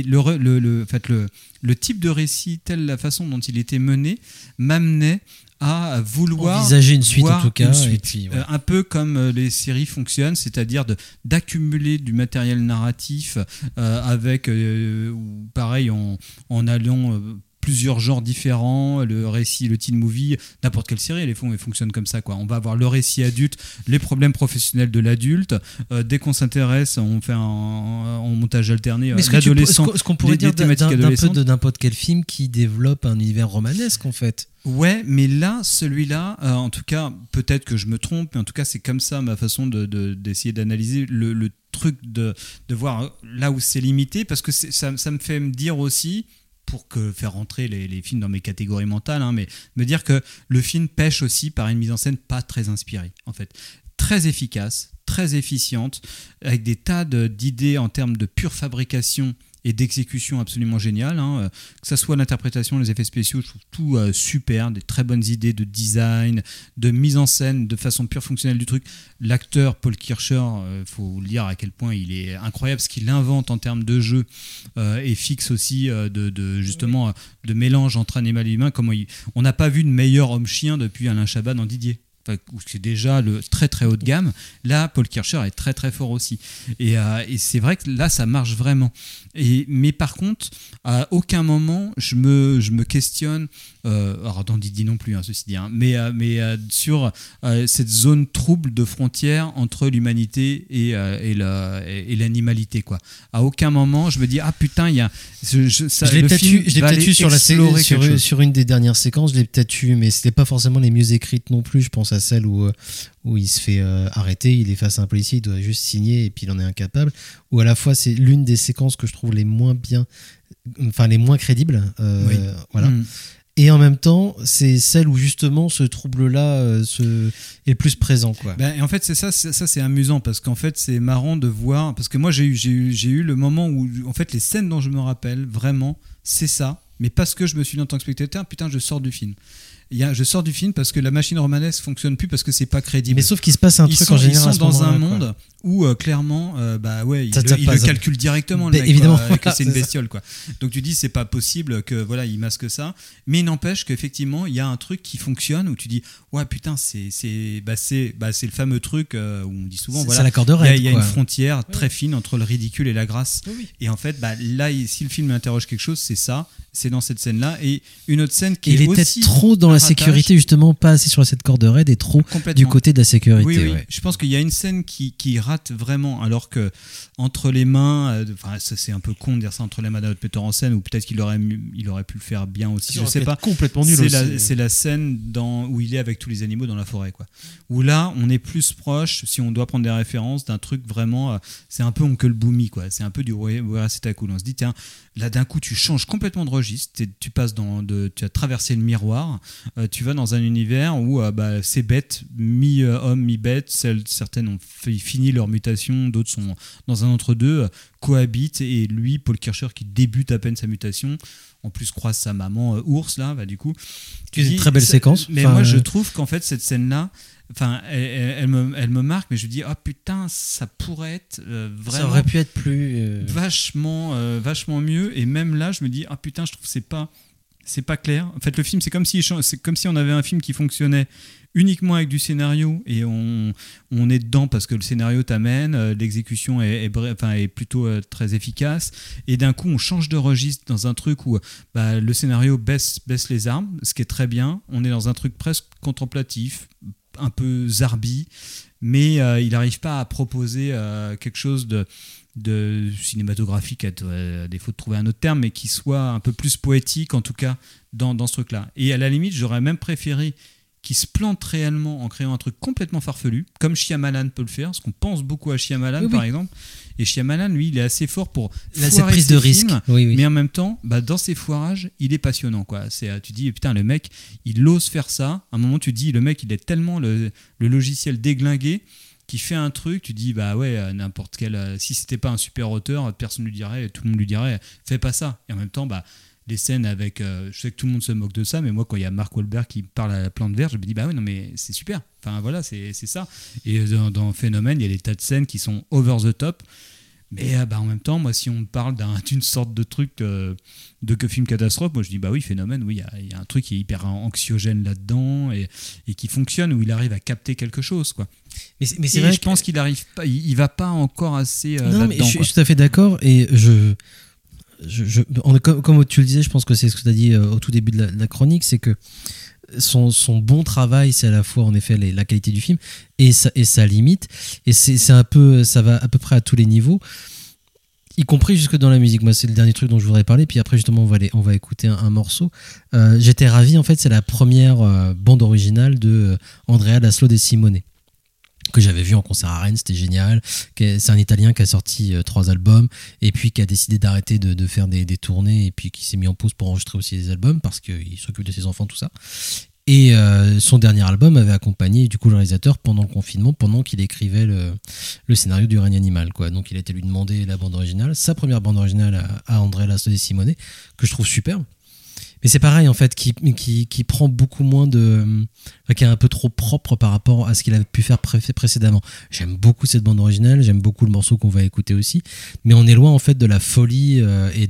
F: le type de récit, telle la façon dont il était mené m'amenait à vouloir
E: envisager une suite en tout cas,
F: et puis, un peu comme les séries fonctionnent, c'est-à-dire d'accumuler du matériel narratif avec pareil en allant plusieurs genres différents, le récit, le teen movie, n'importe quelle série, elle fonctionne comme ça, quoi. On va avoir le récit adulte, les problèmes professionnels de l'adulte. Dès qu'on s'intéresse, on fait en montage alterné l'adolescent.
E: Ce qu'on pourrait dire d'un peu de n'importe quel film qui développe un univers romanesque en fait.
F: Ouais, mais là, celui-là, en tout cas, peut-être que je me trompe, mais en tout cas, c'est comme ça ma façon d'essayer d'analyser le truc de voir là où c'est limité, parce que ça me fait me dire aussi, pour faire rentrer les films dans mes catégories mentales, mais me dire que le film pêche aussi par une mise en scène pas très inspirée, en fait. Très efficace, très efficiente, avec des tas d'idées en termes de pure fabrication et d'exécution absolument géniale, que ça soit l'interprétation, les effets spéciaux, je trouve tout super, des très bonnes idées de design, de mise en scène, de façon pure fonctionnelle du truc. L'acteur Paul Kircher, faut le dire à quel point il est incroyable, ce qu'il invente en termes de jeu et fixe aussi justement de mélange entre animal et humain. On n'a pas vu de meilleur homme-chien depuis Alain Chabat dans Didier. Où c'est déjà le très très haut de gamme. Là, Paul Kircher est très très fort aussi. Et c'est vrai que là, ça marche vraiment. Mais par contre, à aucun moment, je me questionne, alors dans Didier non plus, ceci dit, mais sur cette zone trouble de frontière entre l'humanité et l'animalité, quoi. À aucun moment, je me dis, putain, il y a...
E: Je l'ai peut-être eu sur une des dernières séquences, je l'ai peut-être eu, mais c'était pas forcément les mieux écrites non plus. Je pense à celle où il se fait arrêter, il est face à un policier, il doit juste signer et puis il en est incapable. Ou à la fois c'est l'une des séquences que je trouve les moins crédibles, voilà. Et en même temps, c'est celle où justement ce trouble-là est le plus présent, quoi.
F: Et en fait, c'est ça, c'est amusant parce qu'en fait, c'est marrant de voir, parce que moi j'ai eu le moment où en fait les scènes dont je me rappelle vraiment, c'est ça, mais parce que je me suis dit en tant que spectateur, putain, je sors du film. Je sors du film parce que la machine romanesque fonctionne plus parce que c'est pas crédible.
E: Mais sauf qu'il se passe un truc en général.
F: Ils sont dans un monde où clairement, il le calcule directement, le mec,
E: évidemment,
F: que c'est une bestiole, quoi. Donc tu dis c'est pas possible que voilà il masque ça, mais il n'empêche qu'effectivement il y a un truc qui fonctionne où tu dis ouais putain c'est le fameux truc où on dit souvent
E: c'est la corde raide.
F: Il y a une frontière très fine entre le ridicule et la grâce. Oui. Et en fait là si le film interroge quelque chose, c'est ça. C'est dans cette scène-là. Et une autre scène qui est aussi...
E: peut-être trop dans la sécurité, justement, pas assez sur cette corde raide et trop du côté de la sécurité.
F: Oui. Je pense qu'il y a une scène qui rate vraiment, alors que entre les mains, ça c'est un peu con de dire ça, entre les mains d'un autre metteur en scène, ou peut-être qu'il aurait pu le faire bien aussi, je sais pas.
E: Complètement nul aussi.
F: C'est la scène où il est avec tous les animaux dans la forêt, quoi. Où là, on est plus proche, si on doit prendre des références, d'un truc vraiment, c'est un peu Oncle Boomy, quoi. C'est un peu du Wera c'est cool. On se dit, tiens, là d'un coup, tu changes complètement de registre, tu passes tu as traversé le miroir, tu vas dans un univers où c'est bête, mi-homme, mi-bête, certaines ont fini leur mutation, d'autres sont dans un entre-deux, cohabitent, et lui, Paul Kircher, qui débute à peine sa mutation, en plus croise sa maman ours, là, du coup.
E: C'est une très belle séquence.
F: Mais moi, je trouve qu'en fait, cette scène-là, elle me marque, mais je me dis, oh putain, ça pourrait être vraiment.
E: Ça aurait pu être plus.
F: Vachement mieux, et même là, je me dis, ah putain, je trouve que c'est pas clair. En fait, le film, c'est comme si on avait un film qui fonctionnait uniquement avec du scénario, et on est dedans parce que le scénario t'amène, l'exécution est plutôt très efficace, et d'un coup on change de registre dans un truc où le scénario baisse les armes, ce qui est très bien. On est dans un truc presque contemplatif, un peu zarbi, mais il n'arrive pas à proposer quelque chose de cinématographique, à défaut de trouver un autre terme, mais qui soit un peu plus poétique, en tout cas dans ce truc-là. Et à la limite, j'aurais même préféré qu'il se plante réellement en créant un truc complètement farfelu, comme Shyamalan peut le faire, parce qu'on pense beaucoup à Shyamalan, par exemple. Et Shyamalan, lui, il est assez fort pour foirer
E: prise de risque,
F: films, mais en même temps, dans ses foirages, il est passionnant, quoi. Tu dis, putain, le mec, il ose faire ça. À un moment, tu dis, le mec, il est tellement le logiciel déglingué, qui fait un truc, tu dis, n'importe quel. Si c'était pas un super auteur, personne lui dirait, tout le monde lui dirait, fais pas ça. Et en même temps, les scènes avec. Je sais que tout le monde se moque de ça, mais moi, quand il y a Mark Wahlberg qui parle à la plante verte, je me dis, non, mais c'est super. Enfin, voilà, c'est ça. Et dans Phénomène, il y a des tas de scènes qui sont over the top. Mais en même temps, moi, si on me parle d'une sorte de truc de film catastrophe, moi je dis oui, Phénomène, oui, il y a un truc qui est hyper anxiogène là-dedans, et qui fonctionne, où il arrive à capter quelque chose, quoi. Mais c'est vrai, je pense qu'il arrive pas, il va pas encore assez
E: non,
F: là-dedans.
E: Mais je suis tout à fait d'accord, et comme tu le disais, je pense que c'est ce que tu as dit au tout début de la chronique, c'est que son bon travail, c'est à la fois en effet la qualité du film et sa limite, et c'est un peu, ça va à peu près à tous les niveaux, y compris jusque dans la musique. Moi, c'est le dernier truc dont je voudrais parler, puis après justement on va écouter un morceau. J'étais ravi, en fait, c'est la première bande originale de Andrea Laszlo De Simone, que j'avais vu en concert à Rennes, c'était génial. C'est un Italien qui a sorti 3 albums, et puis qui a décidé d'arrêter de faire des tournées, et puis qui s'est mis en pause pour enregistrer aussi des albums, parce qu'il s'occupe de ses enfants, tout ça. Et son dernier album avait accompagné du coup le réalisateur pendant le confinement, pendant qu'il écrivait le scénario du Règne animal, quoi. Donc il a été lui demander la bande originale, sa première bande originale à Andrea Laszlo De Simone, que je trouve superbe. Mais c'est pareil, en fait, qui prend beaucoup moins qui est un peu trop propre par rapport à ce qu'il avait pu faire précédemment. J'aime beaucoup cette bande originale, j'aime beaucoup le morceau qu'on va écouter aussi, mais on est loin, en fait, de la folie et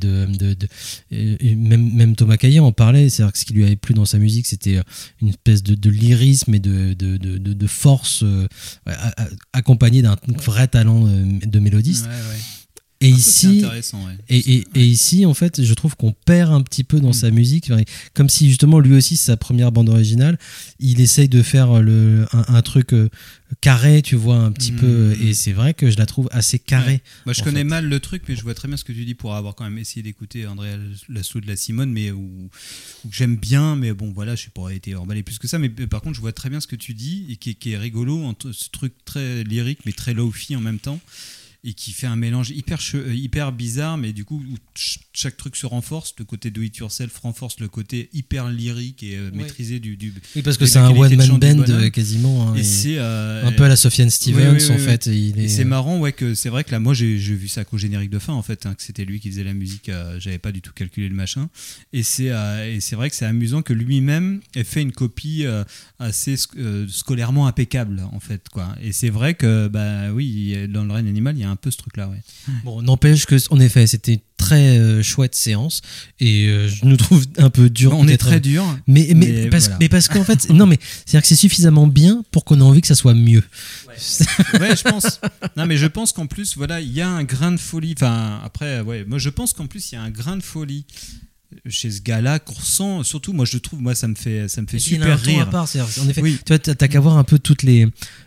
E: même Thomas Caillet en parlait. C'est-à-dire que ce qui lui avait plu dans sa musique, c'était une espèce de lyrisme et de force accompagné d'un vrai talent de mélodiste. Ouais. Et ici, ici, en fait, je trouve qu'on perd un petit peu dans sa musique, comme si justement lui aussi, sa première bande originale, il essaye de faire un truc carré, tu vois, un petit peu, et c'est vrai que je la trouve assez carrée.
F: Ouais. Moi, je connais mal le truc, mais je vois très bien ce que tu dis, pour avoir quand même essayé d'écouter Andrea Laszlo de Simone, mais où j'aime bien, mais bon, voilà, je n'ai pas été emballé plus que ça, mais par contre, je vois très bien ce que tu dis, et qui est rigolo, entre ce truc très lyrique, mais très low-fi en même temps, et qui fait un mélange hyper bizarre, mais du coup où chaque truc se renforce. Le côté do it yourself renforce le côté hyper lyrique et maîtrisé du
E: oui, parce que c'est un one man band quasiment, hein, et c'est un peu à la Sufjan Stevens, en fait.
F: Et c'est marrant, que c'est vrai que là, moi j'ai vu ça qu'au générique de fin, en fait, que c'était lui qui faisait la musique. J'avais pas du tout calculé le machin, et c'est vrai que c'est amusant que lui-même ait fait une copie assez scolairement impeccable, en fait, quoi. Et c'est vrai que oui, dans le Règne animal, il y a un peu ce truc-là, ouais.
E: Bon, n'empêche que, en effet, c'était très chouette séance, et je nous trouve un peu dur.
F: On est très dur,
E: mais parce qu'en fait, non, mais c'est-à-dire que c'est suffisamment bien pour qu'on ait envie que ça soit mieux.
F: Ouais, je pense. Non, mais je pense qu'en plus, voilà, il y a un grain de folie. Enfin, après, moi, je pense qu'en plus, il y a un grain de folie chez ce gars-là qu'on ressent. Surtout, moi, je trouve, ça me fait super rire.
E: À part, en effet, tu vois, t'as qu'à voir un peu toutes les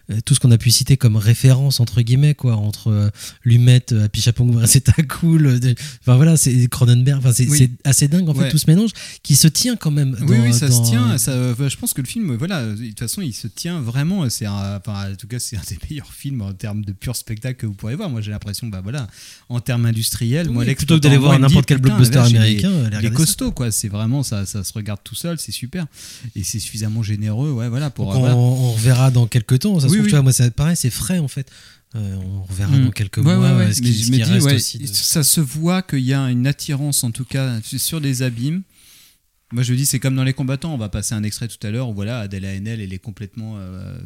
E: tout ce qu'on a pu citer comme référence entre guillemets quoi, entre Lumet, Happy Chapong, c'est ta cool, enfin voilà, c'est Cronenberg, enfin c'est assez dingue en fait tout ce mélange qui se tient quand même.
F: Oui, ça se tient. Je pense que le film, voilà, de toute façon, il se tient vraiment. En tout cas, c'est un des meilleurs films en termes de pur spectacle que vous pourrez voir. Moi, j'ai l'impression, voilà, en termes industriels, moi,
E: plutôt que d'aller voir n'importe quel blockbuster américain,
F: il est costaud, quoi. C'est vraiment ça se regarde tout seul, c'est super, et c'est suffisamment généreux, voilà, pour.
E: On reverra dans quelques temps. Ça se trouve, tu vois, moi, c'est pareil, c'est frais en fait. On reverra dans quelques mois. Ce qui reste aussi
F: ça se voit qu'il y a une attirance, en tout cas, sur les abîmes. Moi je dis c'est comme dans Les Combattants, on va passer un extrait tout à l'heure où voilà, Adèle Haenel elle est complètement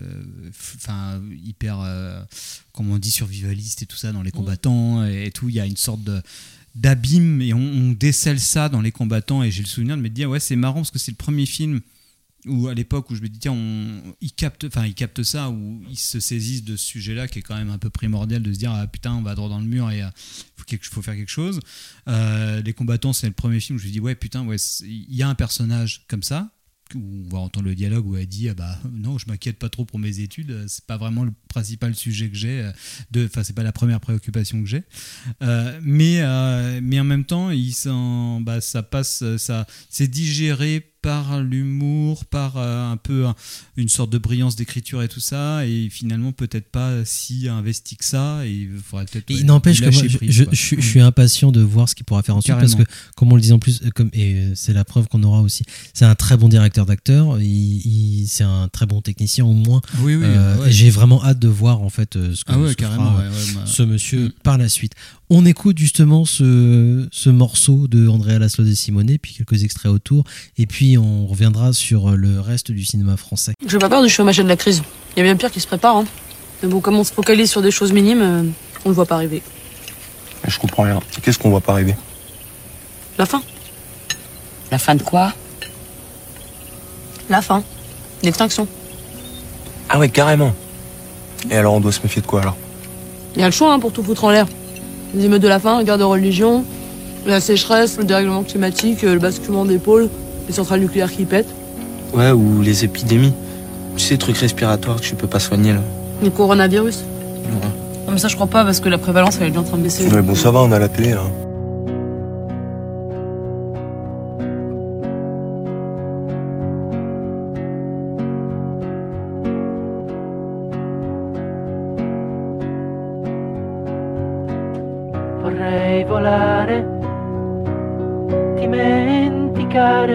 F: hyper comment on dit, survivaliste et tout ça dans Les Combattants et tout, il y a une sorte d'abîme et on décèle ça dans Les Combattants, et j'ai le souvenir de me dire ouais c'est marrant parce que c'est le premier film où à l'époque où je me dis tiens ils captent ça, où ils se saisissent de ce sujet-là qui est quand même un peu primordial, de se dire ah putain on va droit dans le mur et faut faire quelque chose. Les Combattants c'est le premier film où je me dis ouais putain ouais il y a un personnage comme ça où on va entendre le dialogue où elle dit ah bah non je m'inquiète pas trop pour mes études, c'est pas vraiment le principal sujet que j'ai, c'est pas la première préoccupation que j'ai, mais en même temps ça passe, ça c'est digéré par l'humour, par un peu une sorte de brillance d'écriture et tout ça, et finalement peut-être pas si investi que ça, et il faudrait peut-être
E: il n'empêche que moi je suis impatient de voir ce qu'il pourra faire ensuite. Carrément. Parce que comme on le disait en plus, et c'est la preuve qu'on aura aussi, c'est un très bon directeur d'acteur, c'est un très bon technicien au moins.
F: Oui,
E: j'ai vraiment hâte de voir en fait ce que fera ce monsieur par la suite. On écoute justement ce morceau de Andrea Laszlo De Simone, puis quelques extraits autour, et puis on reviendra sur le reste du cinéma français.
G: Je n'ai pas peur du chômage et de la crise. Il y a bien pire qui se prépare. Hein. Mais bon, comme on se focalise sur des choses minimes, on ne le voit pas arriver.
H: Je comprends rien. Qu'est-ce qu'on voit pas arriver?
G: La fin.
I: La fin de quoi?
G: La fin. L'extinction.
H: Ah ouais, carrément. Et alors on doit se méfier de quoi alors?
G: Il y a le choix pour tout foutre en l'air. Les émeutes de la faim, la guerre de religion, la sécheresse, le dérèglement climatique, le basculement des pôles, les centrales nucléaires qui pètent.
I: Ouais, ou les épidémies. Tu sais, trucs respiratoires que tu peux pas soigner là.
G: Le coronavirus.
I: Ouais.
G: Non mais ça je crois pas parce que la prévalence elle est bien en train de baisser.
H: Ouais bon ça va, on a la télé là.
J: Vorrei volare, dimenticare,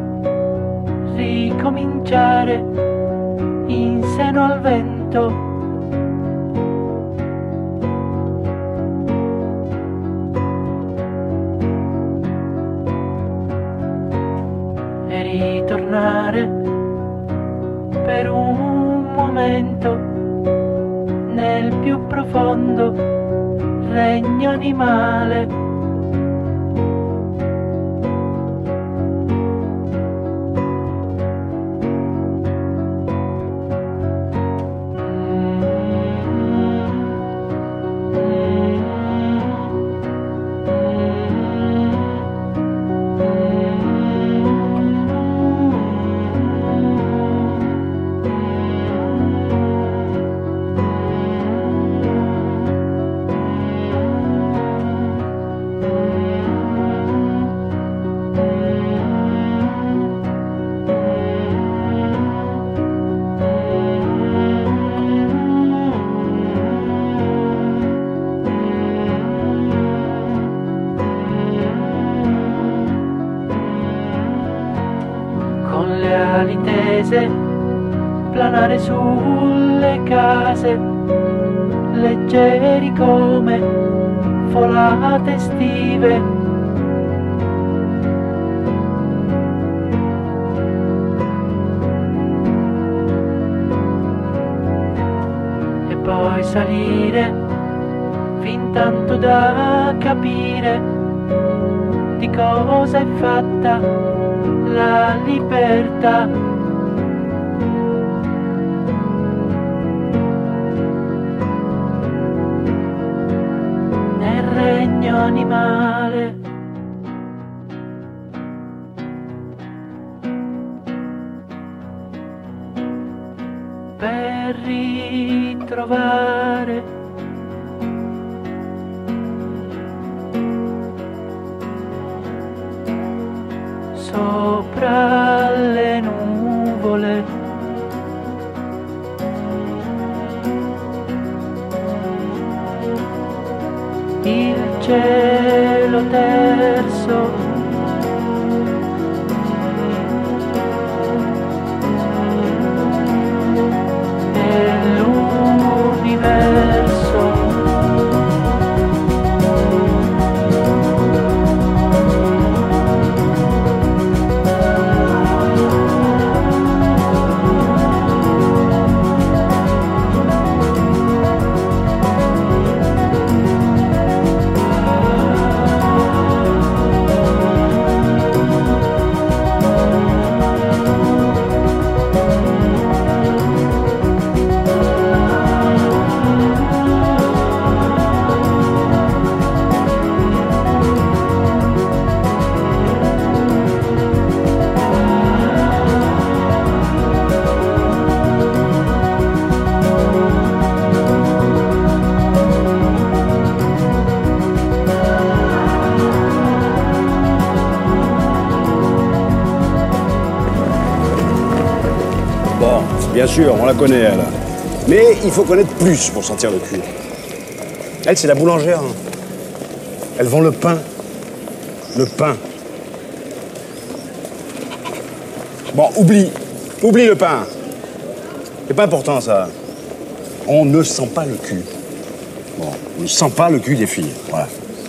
J: ricominciare in seno al vento. E ritornare per un momento nel più profondo regno animale. Planare sulle case, leggeri come folate estive. E poi salire fin tanto da capire di cosa è fatta la libertà. Regno animale. Per ritrovare. Sopra le nuvole. Il cielo terso.
K: Bien sûr, on la connaît, elle. Mais il faut connaître plus pour sentir le cul. Elle, c'est la boulangère. Hein. Elle vend le pain. Le pain. Bon, oublie le pain. C'est pas important, ça. On ne sent pas le cul. Bon, on ne sent pas le cul des filles. Voilà.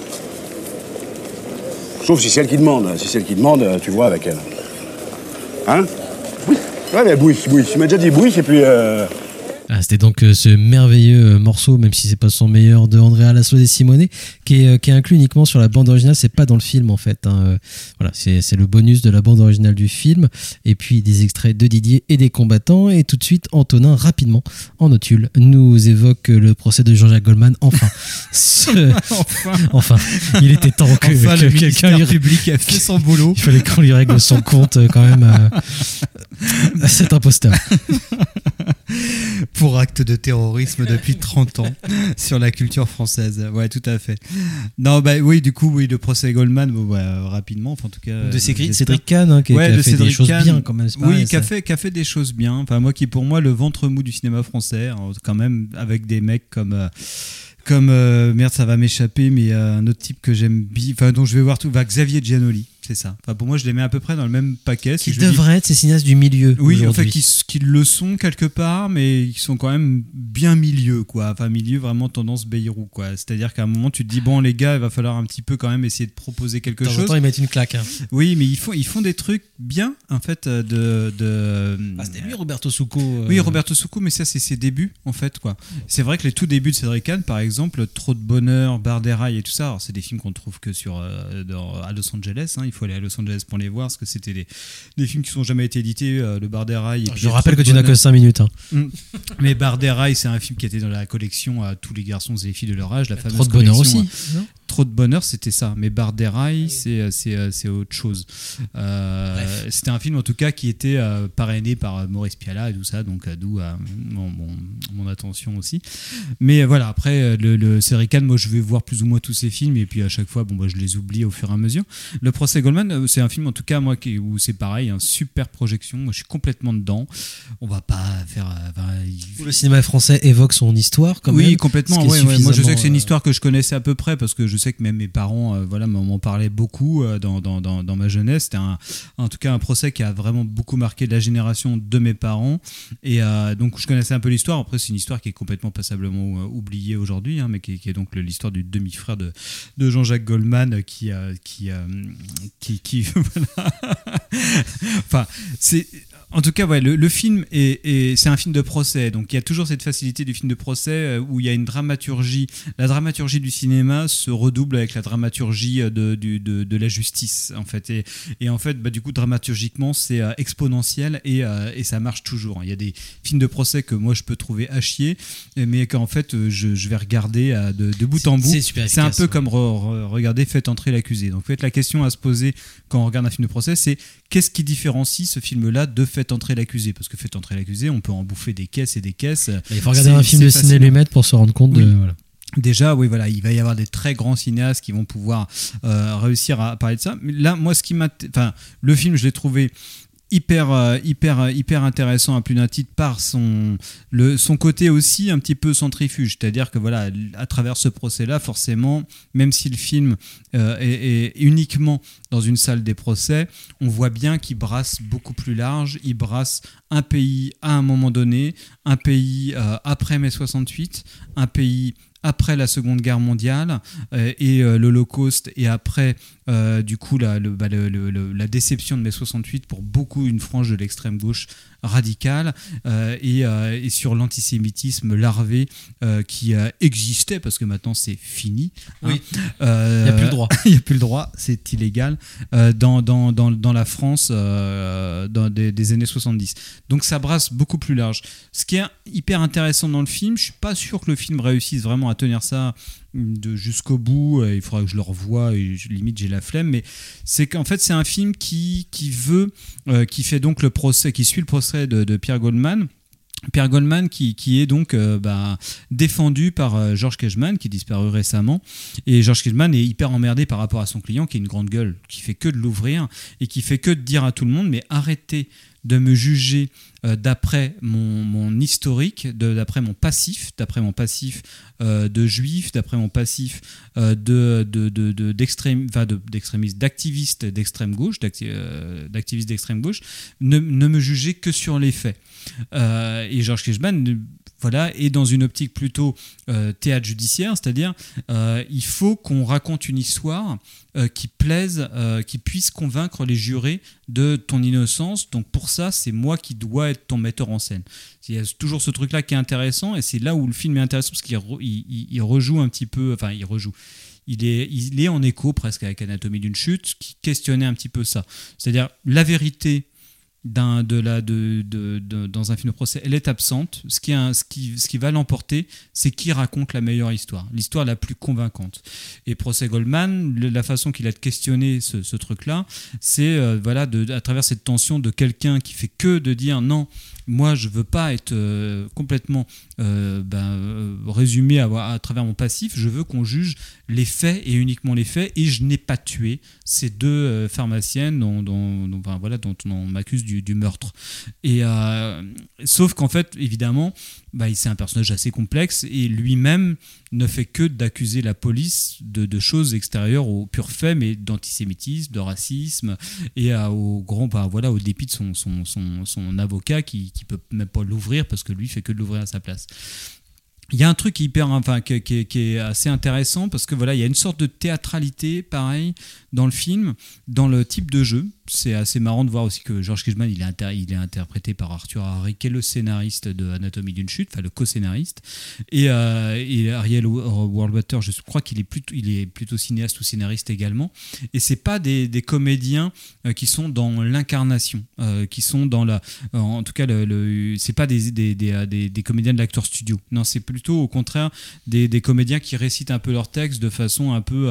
K: Sauf si c'est elle qui demande. Si c'est elle qui demande, tu vois avec elle. Hein? Ouais, mais bouille. Tu m'as déjà dit bouille, et puis...
E: C'était donc ce merveilleux morceau, même si c'est pas son meilleur, de Andrea Laszlo De Simone, qui est inclus uniquement sur la bande originale. C'est pas dans le film en fait. Hein. Voilà, c'est le bonus de la bande originale du film. Et puis des extraits de Didier et des combattants. Et tout de suite, Antonin, rapidement, en notule, nous évoque le procès de Jean-Jacques Goldman. Enfin, enfin, il était temps que quelqu'un
F: public a fait son boulot.
E: Il fallait qu'on lui règle son compte quand même à cet imposteur.
F: Pour acte de terrorisme depuis 30 ans sur la culture française. Ouais, tout à fait. Non, bah oui, du coup, oui, le procès Goldman, rapidement, enfin, en tout cas.
E: De Cédric Kahn, hein, qui a fait Cédric des choses Kahn, bien, quand même.
F: Oui, qui a fait des choses bien. Enfin, pour moi, le ventre mou du cinéma français, hein, quand même, avec des mecs comme merde, ça va m'échapper, mais un autre type que j'aime bien, enfin, dont je vais voir tout, Xavier Giannoli. C'est ça. Enfin, pour moi, je les mets à peu près dans le même paquet.
E: Qui devraient être ces cinéastes du milieu.
F: Oui, en fait, qui le sont quelque part, mais ils sont quand même bien milieu, quoi. Enfin, milieu vraiment tendance Bayrou, quoi. C'est-à-dire qu'à un moment, tu te dis, bon, les gars, il va falloir un petit peu quand même essayer de proposer quelque chose. De temps
E: en temps, ils mettent une claque. Hein.
F: Oui, mais ils font des trucs bien, en fait,
E: c'était lui, Roberto Succo.
F: Oui, Roberto Succo, mais ça, c'est ses débuts, en fait, quoi. C'est vrai que les tout débuts de Cédric Kahn, par exemple, Trop de bonheur, Bar des rails et tout ça, alors, c'est des films qu'on trouve que à Los Angeles, hein. Il faut aller à Los Angeles pour les voir, parce que c'était des films qui n'ont jamais été édités, le Bar des rails.
E: Je rappelle que tu n'as que 5 minutes. Hein.
F: Mais Bar des rails, c'est un film qui était dans la collection à tous les garçons et les filles de leur âge, la fameuse
E: Trop de bonheur
F: collection,
E: aussi. Non,
F: Trop de bonheur, c'était ça. Mais Bar des rails, c'est autre chose. C'était un film en tout cas qui était parrainé par Maurice Pialat et tout ça, donc d'où mon attention aussi. Mais voilà, après le Cédric Kahn, moi je vais voir plus ou moins tous ces films et puis à chaque fois, je les oublie au fur et à mesure. Le procès Goldman, c'est un film en tout cas moi où c'est pareil, une super projection. Moi je suis complètement dedans. On va pas faire.
E: Le cinéma français évoque son histoire quand même.
F: Oui, complètement. Ouais. Moi je sais que c'est une histoire que je connaissais à peu près parce que je sais que même mes parents m'en parlaient beaucoup dans ma jeunesse. C'était en tout cas un procès qui a vraiment beaucoup marqué la génération de mes parents et donc je connaissais un peu l'histoire. Après c'est une histoire qui est complètement passablement oubliée aujourd'hui, hein, mais qui est donc l'histoire du demi-frère de Jean-Jacques Goldman qui voilà. Enfin c'est en tout cas, ouais, le film c'est un film de procès, donc il y a toujours cette facilité du film de procès où il y a une dramaturgie. La dramaturgie du cinéma se redouble avec la dramaturgie de la justice, en fait. Et en fait, du coup, dramaturgiquement, c'est exponentiel et ça marche toujours. Il y a des films de procès que moi je peux trouver à chier, mais qu'en fait je vais regarder de bout en bout.
E: C'est super efficace,
F: c'est un peu comme regarder Faites entrer l'accusé. Donc, en fait, la question à se poser quand on regarde un film de procès, c'est qu'est-ce qui différencie ce film-là de Faites Faites entrer l'accusé, parce que Faites entrer l'accusé, on peut en bouffer des caisses et des caisses.
E: Il faut regarder un film de Sidney Lumet pour se rendre compte de... Voilà.
F: Déjà, oui, voilà, il va y avoir des très grands cinéastes qui vont pouvoir réussir à parler de ça. Mais là, moi, le film, je l'ai trouvé hyper intéressant à plus d'un titre par son côté aussi un petit peu centrifuge, c'est-à-dire que voilà, à travers ce procès-là, forcément, même si le film est uniquement dans une salle des procès, on voit bien qu'il brasse beaucoup plus large, il brasse un pays à un moment donné, un pays après mai 68, un pays après la Seconde Guerre mondiale et l'Holocauste, et après du coup la déception de mai 68 pour beaucoup, une frange de l'extrême gauche radicale, et sur l'antisémitisme larvé qui existait, parce que maintenant c'est fini.
E: Oui. Il n'y a plus le droit.
F: Il n'y a plus le droit, c'est illégal dans la France des années 70. Donc ça brasse beaucoup plus large. Ce qui est hyper intéressant dans le film, je suis pas sûr que le film réussisse vraiment à tenir ça jusqu'au bout. Il faudra que je le revoie, et limite j'ai la flemme, mais c'est qu'en fait c'est un film qui fait donc le procès, qui suit le procès de Pierre Goldman. Pierre Goldman qui est donc défendu par George Kejman, qui est disparu récemment, et George Kejman est hyper emmerdé par rapport à son client qui est une grande gueule, qui fait que de l'ouvrir et qui fait que de dire à tout le monde mais arrêtez de me juger d'après mon historique, d'après mon passif de juif, d'après mon passif d'extrémistes, d'activistes d'extrême gauche, d'activistes d'extrême gauche, ne me jugez que sur les faits. Et George Kejman est dans une optique plutôt théâtre judiciaire, c'est-à-dire il faut qu'on raconte une histoire qui plaise, qui puisse convaincre les jurés de ton innocence. Donc pour ça, c'est moi qui dois être ton metteur en scène. Il y a toujours ce truc-là qui est intéressant, et c'est là où le film est intéressant, parce qu'il rejoue un petit peu, enfin il rejoue. Il est en écho presque avec Anatomie d'une chute, qui questionnait un petit peu ça. C'est-à-dire la vérité dans un film de procès, elle est absente. Ce qui va l'emporter, c'est qui raconte la meilleure histoire, l'histoire la plus convaincante. Et Procès Goldman, la façon qu'il a de questionner ce truc-là, c'est à travers cette tension de quelqu'un qui fait que de dire non, moi je veux pas être complètement résumé à travers mon passif, je veux qu'on juge les faits et uniquement les faits, et je n'ai pas tué ces deux pharmaciennes dont on m'accuse du meurtre. Et sauf qu'en fait, évidemment, c'est un personnage assez complexe, et lui-même ne fait que d'accuser la police de choses extérieures au pur fait, mais d'antisémitisme, de racisme, et au dépit de son avocat qui peut même pas l'ouvrir, parce que lui fait que de l'ouvrir à sa place. Il y a un truc qui est assez intéressant, parce que il y a une sorte de théâtralité pareil dans le film, dans le type de jeu. C'est assez marrant de voir aussi que George Kejman il est interprété par Arthur Harry, qui est le scénariste de Anatomie d'une chute, enfin le co-scénariste, et Ariel Worldwater, je crois qu'il est plutôt cinéaste ou scénariste également, et c'est pas des comédiens qui sont dans l'incarnation, qui sont dans en tout cas c'est pas des comédiens de l'acteur studio, non, c'est plutôt au contraire des comédiens qui récitent un peu leur texte de façon un peu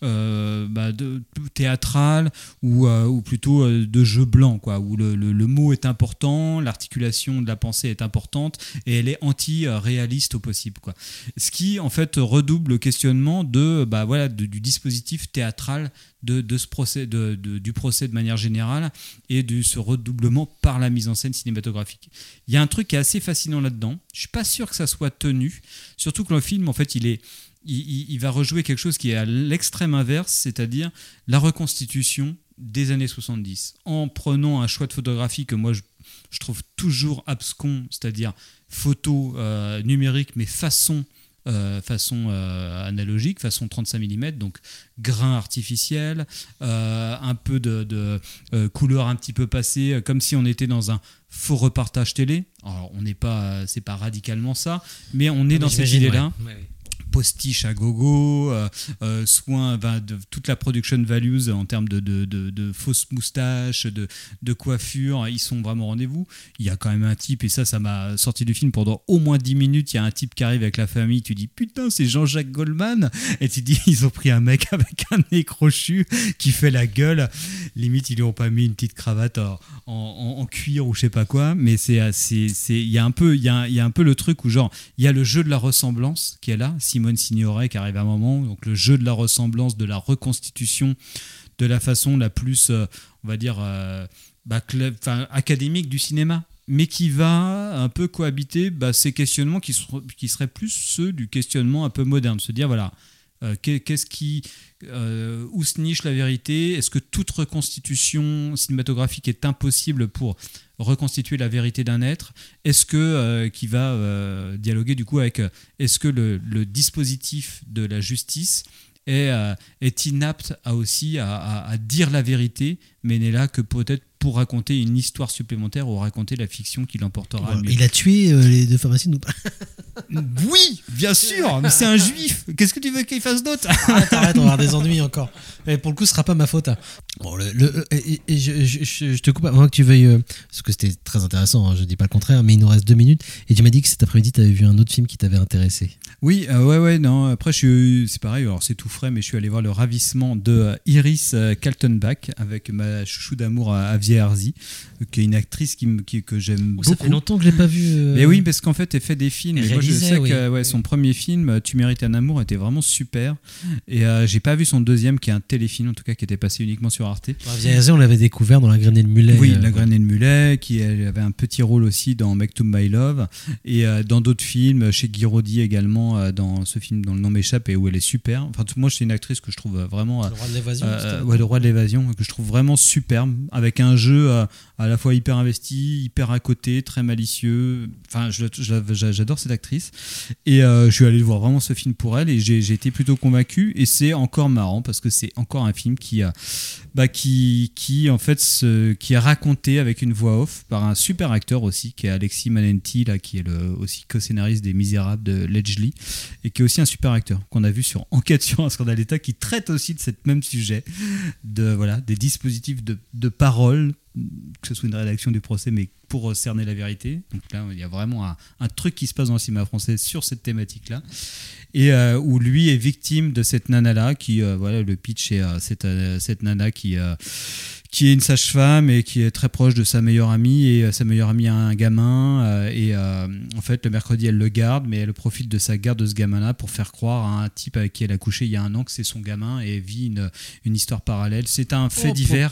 F: théâtrale, ou plutôt de jeu blanc, quoi, où le mot est important, l'articulation de la pensée est importante, et elle est anti-réaliste au possible, quoi. Ce qui en fait redouble le questionnement du dispositif théâtral de ce procès, du procès de manière générale, et de ce redoublement par la mise en scène cinématographique. Il y a un truc qui est assez fascinant là-dedans. Je suis pas sûr que ça soit tenu, surtout que le film en fait il va rejouer quelque chose qui est à l'extrême inverse, c'est-à-dire la reconstitution des années 70, en prenant un choix de photographie que moi je trouve toujours abscon, c'est-à-dire photo numérique, mais façon analogique, façon 35 mm, donc grain artificiel, un peu de couleur un petit peu passée, comme si on était dans un faux reportage télé. Alors c'est pas radicalement ça, mais on est dans cette idée-là.
E: Ouais.
F: postiche à gogo, soin, toute la production values en termes de fausses moustaches, de coiffure, ils sont vraiment au rendez-vous. Il y a quand même un type, et ça m'a sorti du film pendant au moins 10 minutes, il y a un type qui arrive avec la famille, tu dis putain c'est Jean-Jacques Goldman, et tu dis ils ont pris un mec avec un nez crochu qui fait la gueule, limite ils lui ont pas mis une petite cravate en cuir ou je sais pas quoi, mais il y a un peu le truc où genre il y a le jeu de la ressemblance qui est là, Simone Signoret qui arrive à un moment, donc le jeu de la ressemblance, de la reconstitution de la façon la plus on va dire académique du cinéma, mais qui va un peu cohabiter ces questionnements qui seraient plus ceux du questionnement un peu moderne, se dire voilà, qu'est-ce qui où se niche la vérité, est-ce que toute reconstitution cinématographique est impossible pour reconstituer la vérité d'un être, est-ce que qui va dialoguer du coup avec est-ce que le dispositif de la justice est inapte à dire la vérité, mais n'est là que peut-être pour raconter une histoire supplémentaire ou raconter la fiction qui l'emportera.
E: Bon, il a tué les deux pharmaciens ou pas?
F: Oui, bien sûr, mais c'est un juif. Qu'est-ce que tu veux qu'il fasse d'autre?
E: Arrête, on va avoir des ennuis encore. Et pour le coup, ce sera pas ma faute. Bon, je te coupe avant que tu veuilles, parce que c'était très intéressant, hein, je dis pas le contraire, mais il nous reste 2 minutes. Et tu m'as dit que cet après-midi, tu avais vu un autre film qui t'avait intéressé.
F: Oui, ouais, non. Après, c'est pareil, alors c'est tout frais, mais je suis allé voir Le Ravissement de Iris Kaltenbach avec ma chouchou d'amour Avier Arzi, qui est une actrice que j'aime beaucoup.
E: Ça fait longtemps que je l'ai pas vue.
F: Mais oui, parce qu'en fait, elle fait des films. Et moi, je sais que son premier film, Tu mérites un amour, était vraiment super. Et j'ai pas vu son deuxième, qui est un téléfilm, en tout cas, qui était passé uniquement sur Arte.
E: Avier Arzi, on l'avait découvert dans La Graine et le Mulet.
F: Oui, La Graine et le Mulet, qui avait un petit rôle aussi dans Make to My Love, et dans d'autres films, chez Guy Rodi également, dans ce film dont le nom m'échappe et où elle est super. Enfin, moi, c'est une actrice que je trouve vraiment...
E: Le Roi de l'Évasion.
F: Le Roi de l'Évasion, que je trouve vraiment superbe, avec un jeu à la fois hyper investi, hyper à côté, très malicieux. Enfin, j'adore cette actrice. Et je suis allé voir vraiment ce film pour elle, et j'ai été plutôt convaincu. Et c'est encore marrant, parce que c'est encore un film qui en fait qui est raconté avec une voix off par un super acteur aussi, qui est Alexis Manenti, là, qui est aussi co-scénariste des Misérables de Ledgely, et qui est aussi un super acteur qu'on a vu sur Enquête sur un scandale d'État, qui traite aussi de ce même sujet, des dispositifs de parole, que ce soit une rédaction du procès, mais pour cerner la vérité. Donc là, il y a vraiment un truc qui se passe dans le cinéma français sur cette thématique-là, et où lui est victime de cette nana-là, qui, le pitch est cette nana qui est une sage-femme et qui est très proche de sa meilleure amie, et sa meilleure amie a un gamin, et en fait le mercredi elle le garde, mais elle profite de sa garde de ce gamin-là pour faire croire à un type avec qui elle a couché il y a 1 an que c'est son gamin, et vit une histoire parallèle. C'est un fait divers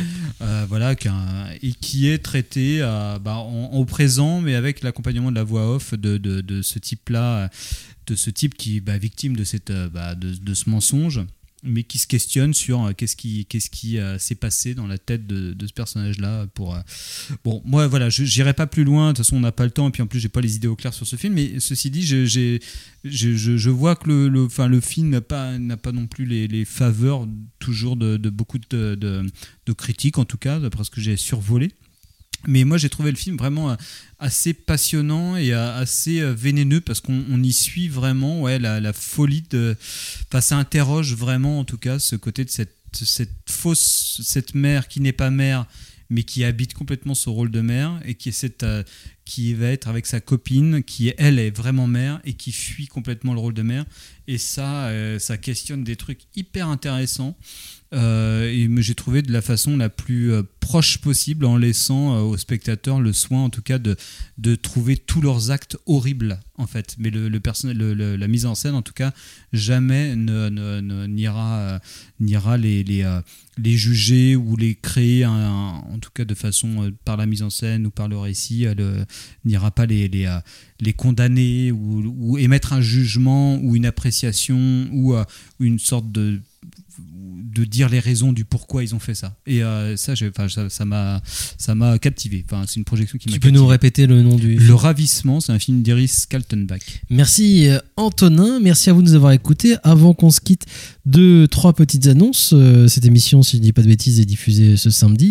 F: et qui est traité au présent, mais avec l'accompagnement de la voix off de ce type-là, de ce type qui est victime de ce mensonge, mais qui se questionne sur qu'est-ce qui s'est passé dans la tête de ce personnage-là. Bon, moi, voilà, j'irai pas plus loin. De toute façon, on n'a pas le temps, et puis en plus, j'ai pas les idées au clair sur ce film. Mais ceci dit, je vois que le film n'a pas non plus les faveurs toujours de beaucoup de critiques, en tout cas, d'après ce que j'ai survolé. Mais moi, j'ai trouvé le film vraiment assez passionnant et assez vénéneux, parce qu'on y suit vraiment la folie ça interroge vraiment, en tout cas, ce côté de cette mère qui n'est pas mère, mais qui habite complètement ce rôle de mère, et qui va être avec sa copine, qui elle est vraiment mère, et qui fuit complètement le rôle de mère. Et ça questionne des trucs hyper intéressants. Et j'ai trouvé de la façon la plus proche possible, en laissant aux spectateurs le soin, en tout cas, de trouver tous leurs actes horribles, en fait. Mais la mise en scène, en tout cas, jamais n'ira les juger ou les créer, en tout cas de façon par la mise en scène ou par le récit. Elle n'ira pas les condamner ou émettre un jugement ou une appréciation ou une sorte de dire les raisons du pourquoi ils ont fait ça. Et ça m'a captivé. Enfin, c'est une projection qui m'a captivé.
E: Tu peux nous répéter le nom du film ?
F: Le Ravissement, c'est un film d'Iris Kaltenbach.
E: Merci Antonin, merci à vous de nous avoir écoutés. Avant qu'on se quitte, 2-3 petites annonces. Cette émission, si je ne dis pas de bêtises, est diffusée ce samedi.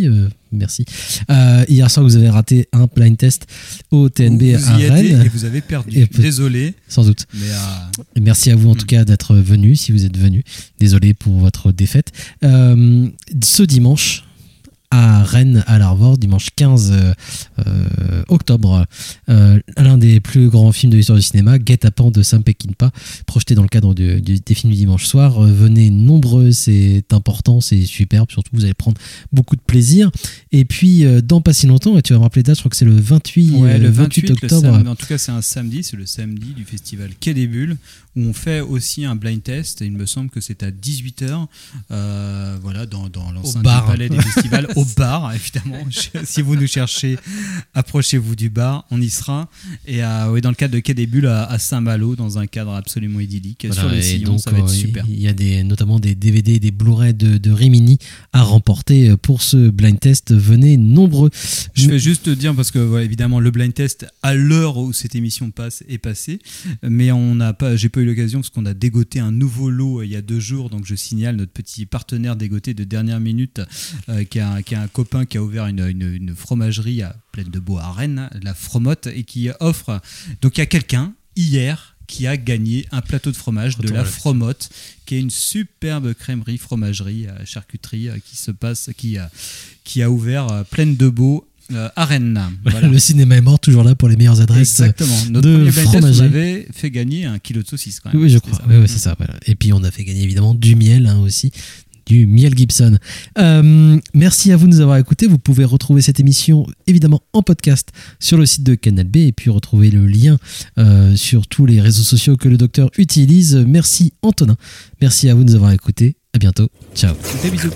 E: Merci. Hier soir, vous avez raté un blind test au TNB
F: vous
E: à
F: y
E: Rennes.
F: étiez et vous avez perdu. Désolé.
E: Sans doute.
F: Mais
E: Et merci à vous en tout cas d'être venu, si vous êtes venu. Désolé pour votre défaite. Ce dimanche, à Rennes, à l'Arvor, dimanche 15 octobre, l'un des plus grands films de l'histoire du cinéma, Guet-apens de Sam Peckinpah, projeté dans le cadre des films du dimanche soir. Venez nombreux, c'est important, c'est superbe, surtout vous allez prendre beaucoup de plaisir. Et puis, dans pas si longtemps, et tu vas me rappeler date, je crois que c'est le 28, le 28 octobre.
F: En tout cas, c'est un samedi, c'est le samedi du festival Quai des Bulles, où on fait aussi un blind test, et il me semble que c'est à 18h, voilà, dans l'enceinte du Palais des Festivals, au bar, évidemment. Si vous nous cherchez, approchez-vous du bar, on y sera. Et oui, dans le cadre de Quai des Bulles à Saint-Malo, dans un cadre absolument idyllique. Voilà, sur le sillon, donc, ça va être super. Il
E: y a notamment des DVD, des Blu-ray de Rimini à remporter pour ce blind test. Venez nombreux.
F: Je vais juste te dire, parce que voilà, évidemment, le blind test, à l'heure où cette émission est passé, mais j'ai pas eu l'occasion, parce qu'on a dégoté un nouveau lot il y a 2 jours. Donc je signale notre petit partenaire dégoté de dernière minute, qui a un copain qui a ouvert une fromagerie à Plaine de Beau à Rennes, la Fromotte, et qui offre. Donc il y a quelqu'un hier qui a gagné un plateau de fromage de la Fromotte, qui est une superbe crèmerie, fromagerie, charcuterie qui a ouvert Plaine de Beau à Rennes. Voilà.
E: Le cinéma est mort, toujours là pour les meilleures adresses.
F: Exactement. Notre premier blind test, on avait fait gagner 1 kilo de saucisse quand même.
E: Oui, je crois. Oui, c'est ça. Voilà. Et puis on a fait gagner évidemment du miel aussi. Du miel Gibson. Merci à vous de nous avoir écoutés. Vous pouvez retrouver cette émission évidemment en podcast sur le site de Canal B et puis retrouver le lien sur tous les réseaux sociaux que le docteur utilise. Merci Antonin. Merci à vous de nous avoir écoutés. À bientôt. Ciao.
F: Des bisous.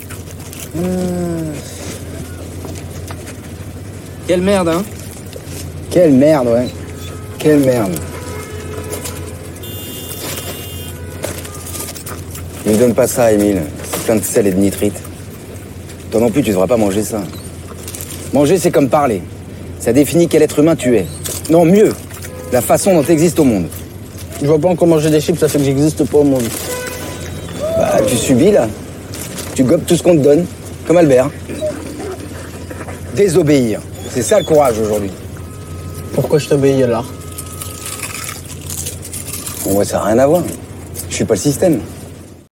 D: Quelle merde, hein?
L: Quelle merde, ouais. Quelle merde. Ne donne pas ça, Émile. C'est plein de sel et de nitrite. Toi non plus, tu devrais pas manger ça. Manger, c'est comme parler. Ça définit quel être humain tu es. Non, mieux, la façon dont tu existes au monde.
B: Je vois pas encore manger des chips, ça fait que j'existe pas au monde.
L: Bah, tu subis, là. Tu gobes tout ce qu'on te donne, comme Albert. Désobéir. C'est ça le courage, aujourd'hui.
B: Pourquoi je t'obéis, alors?
L: Bon, ouais, ça n'a rien à voir. Je suis pas le système.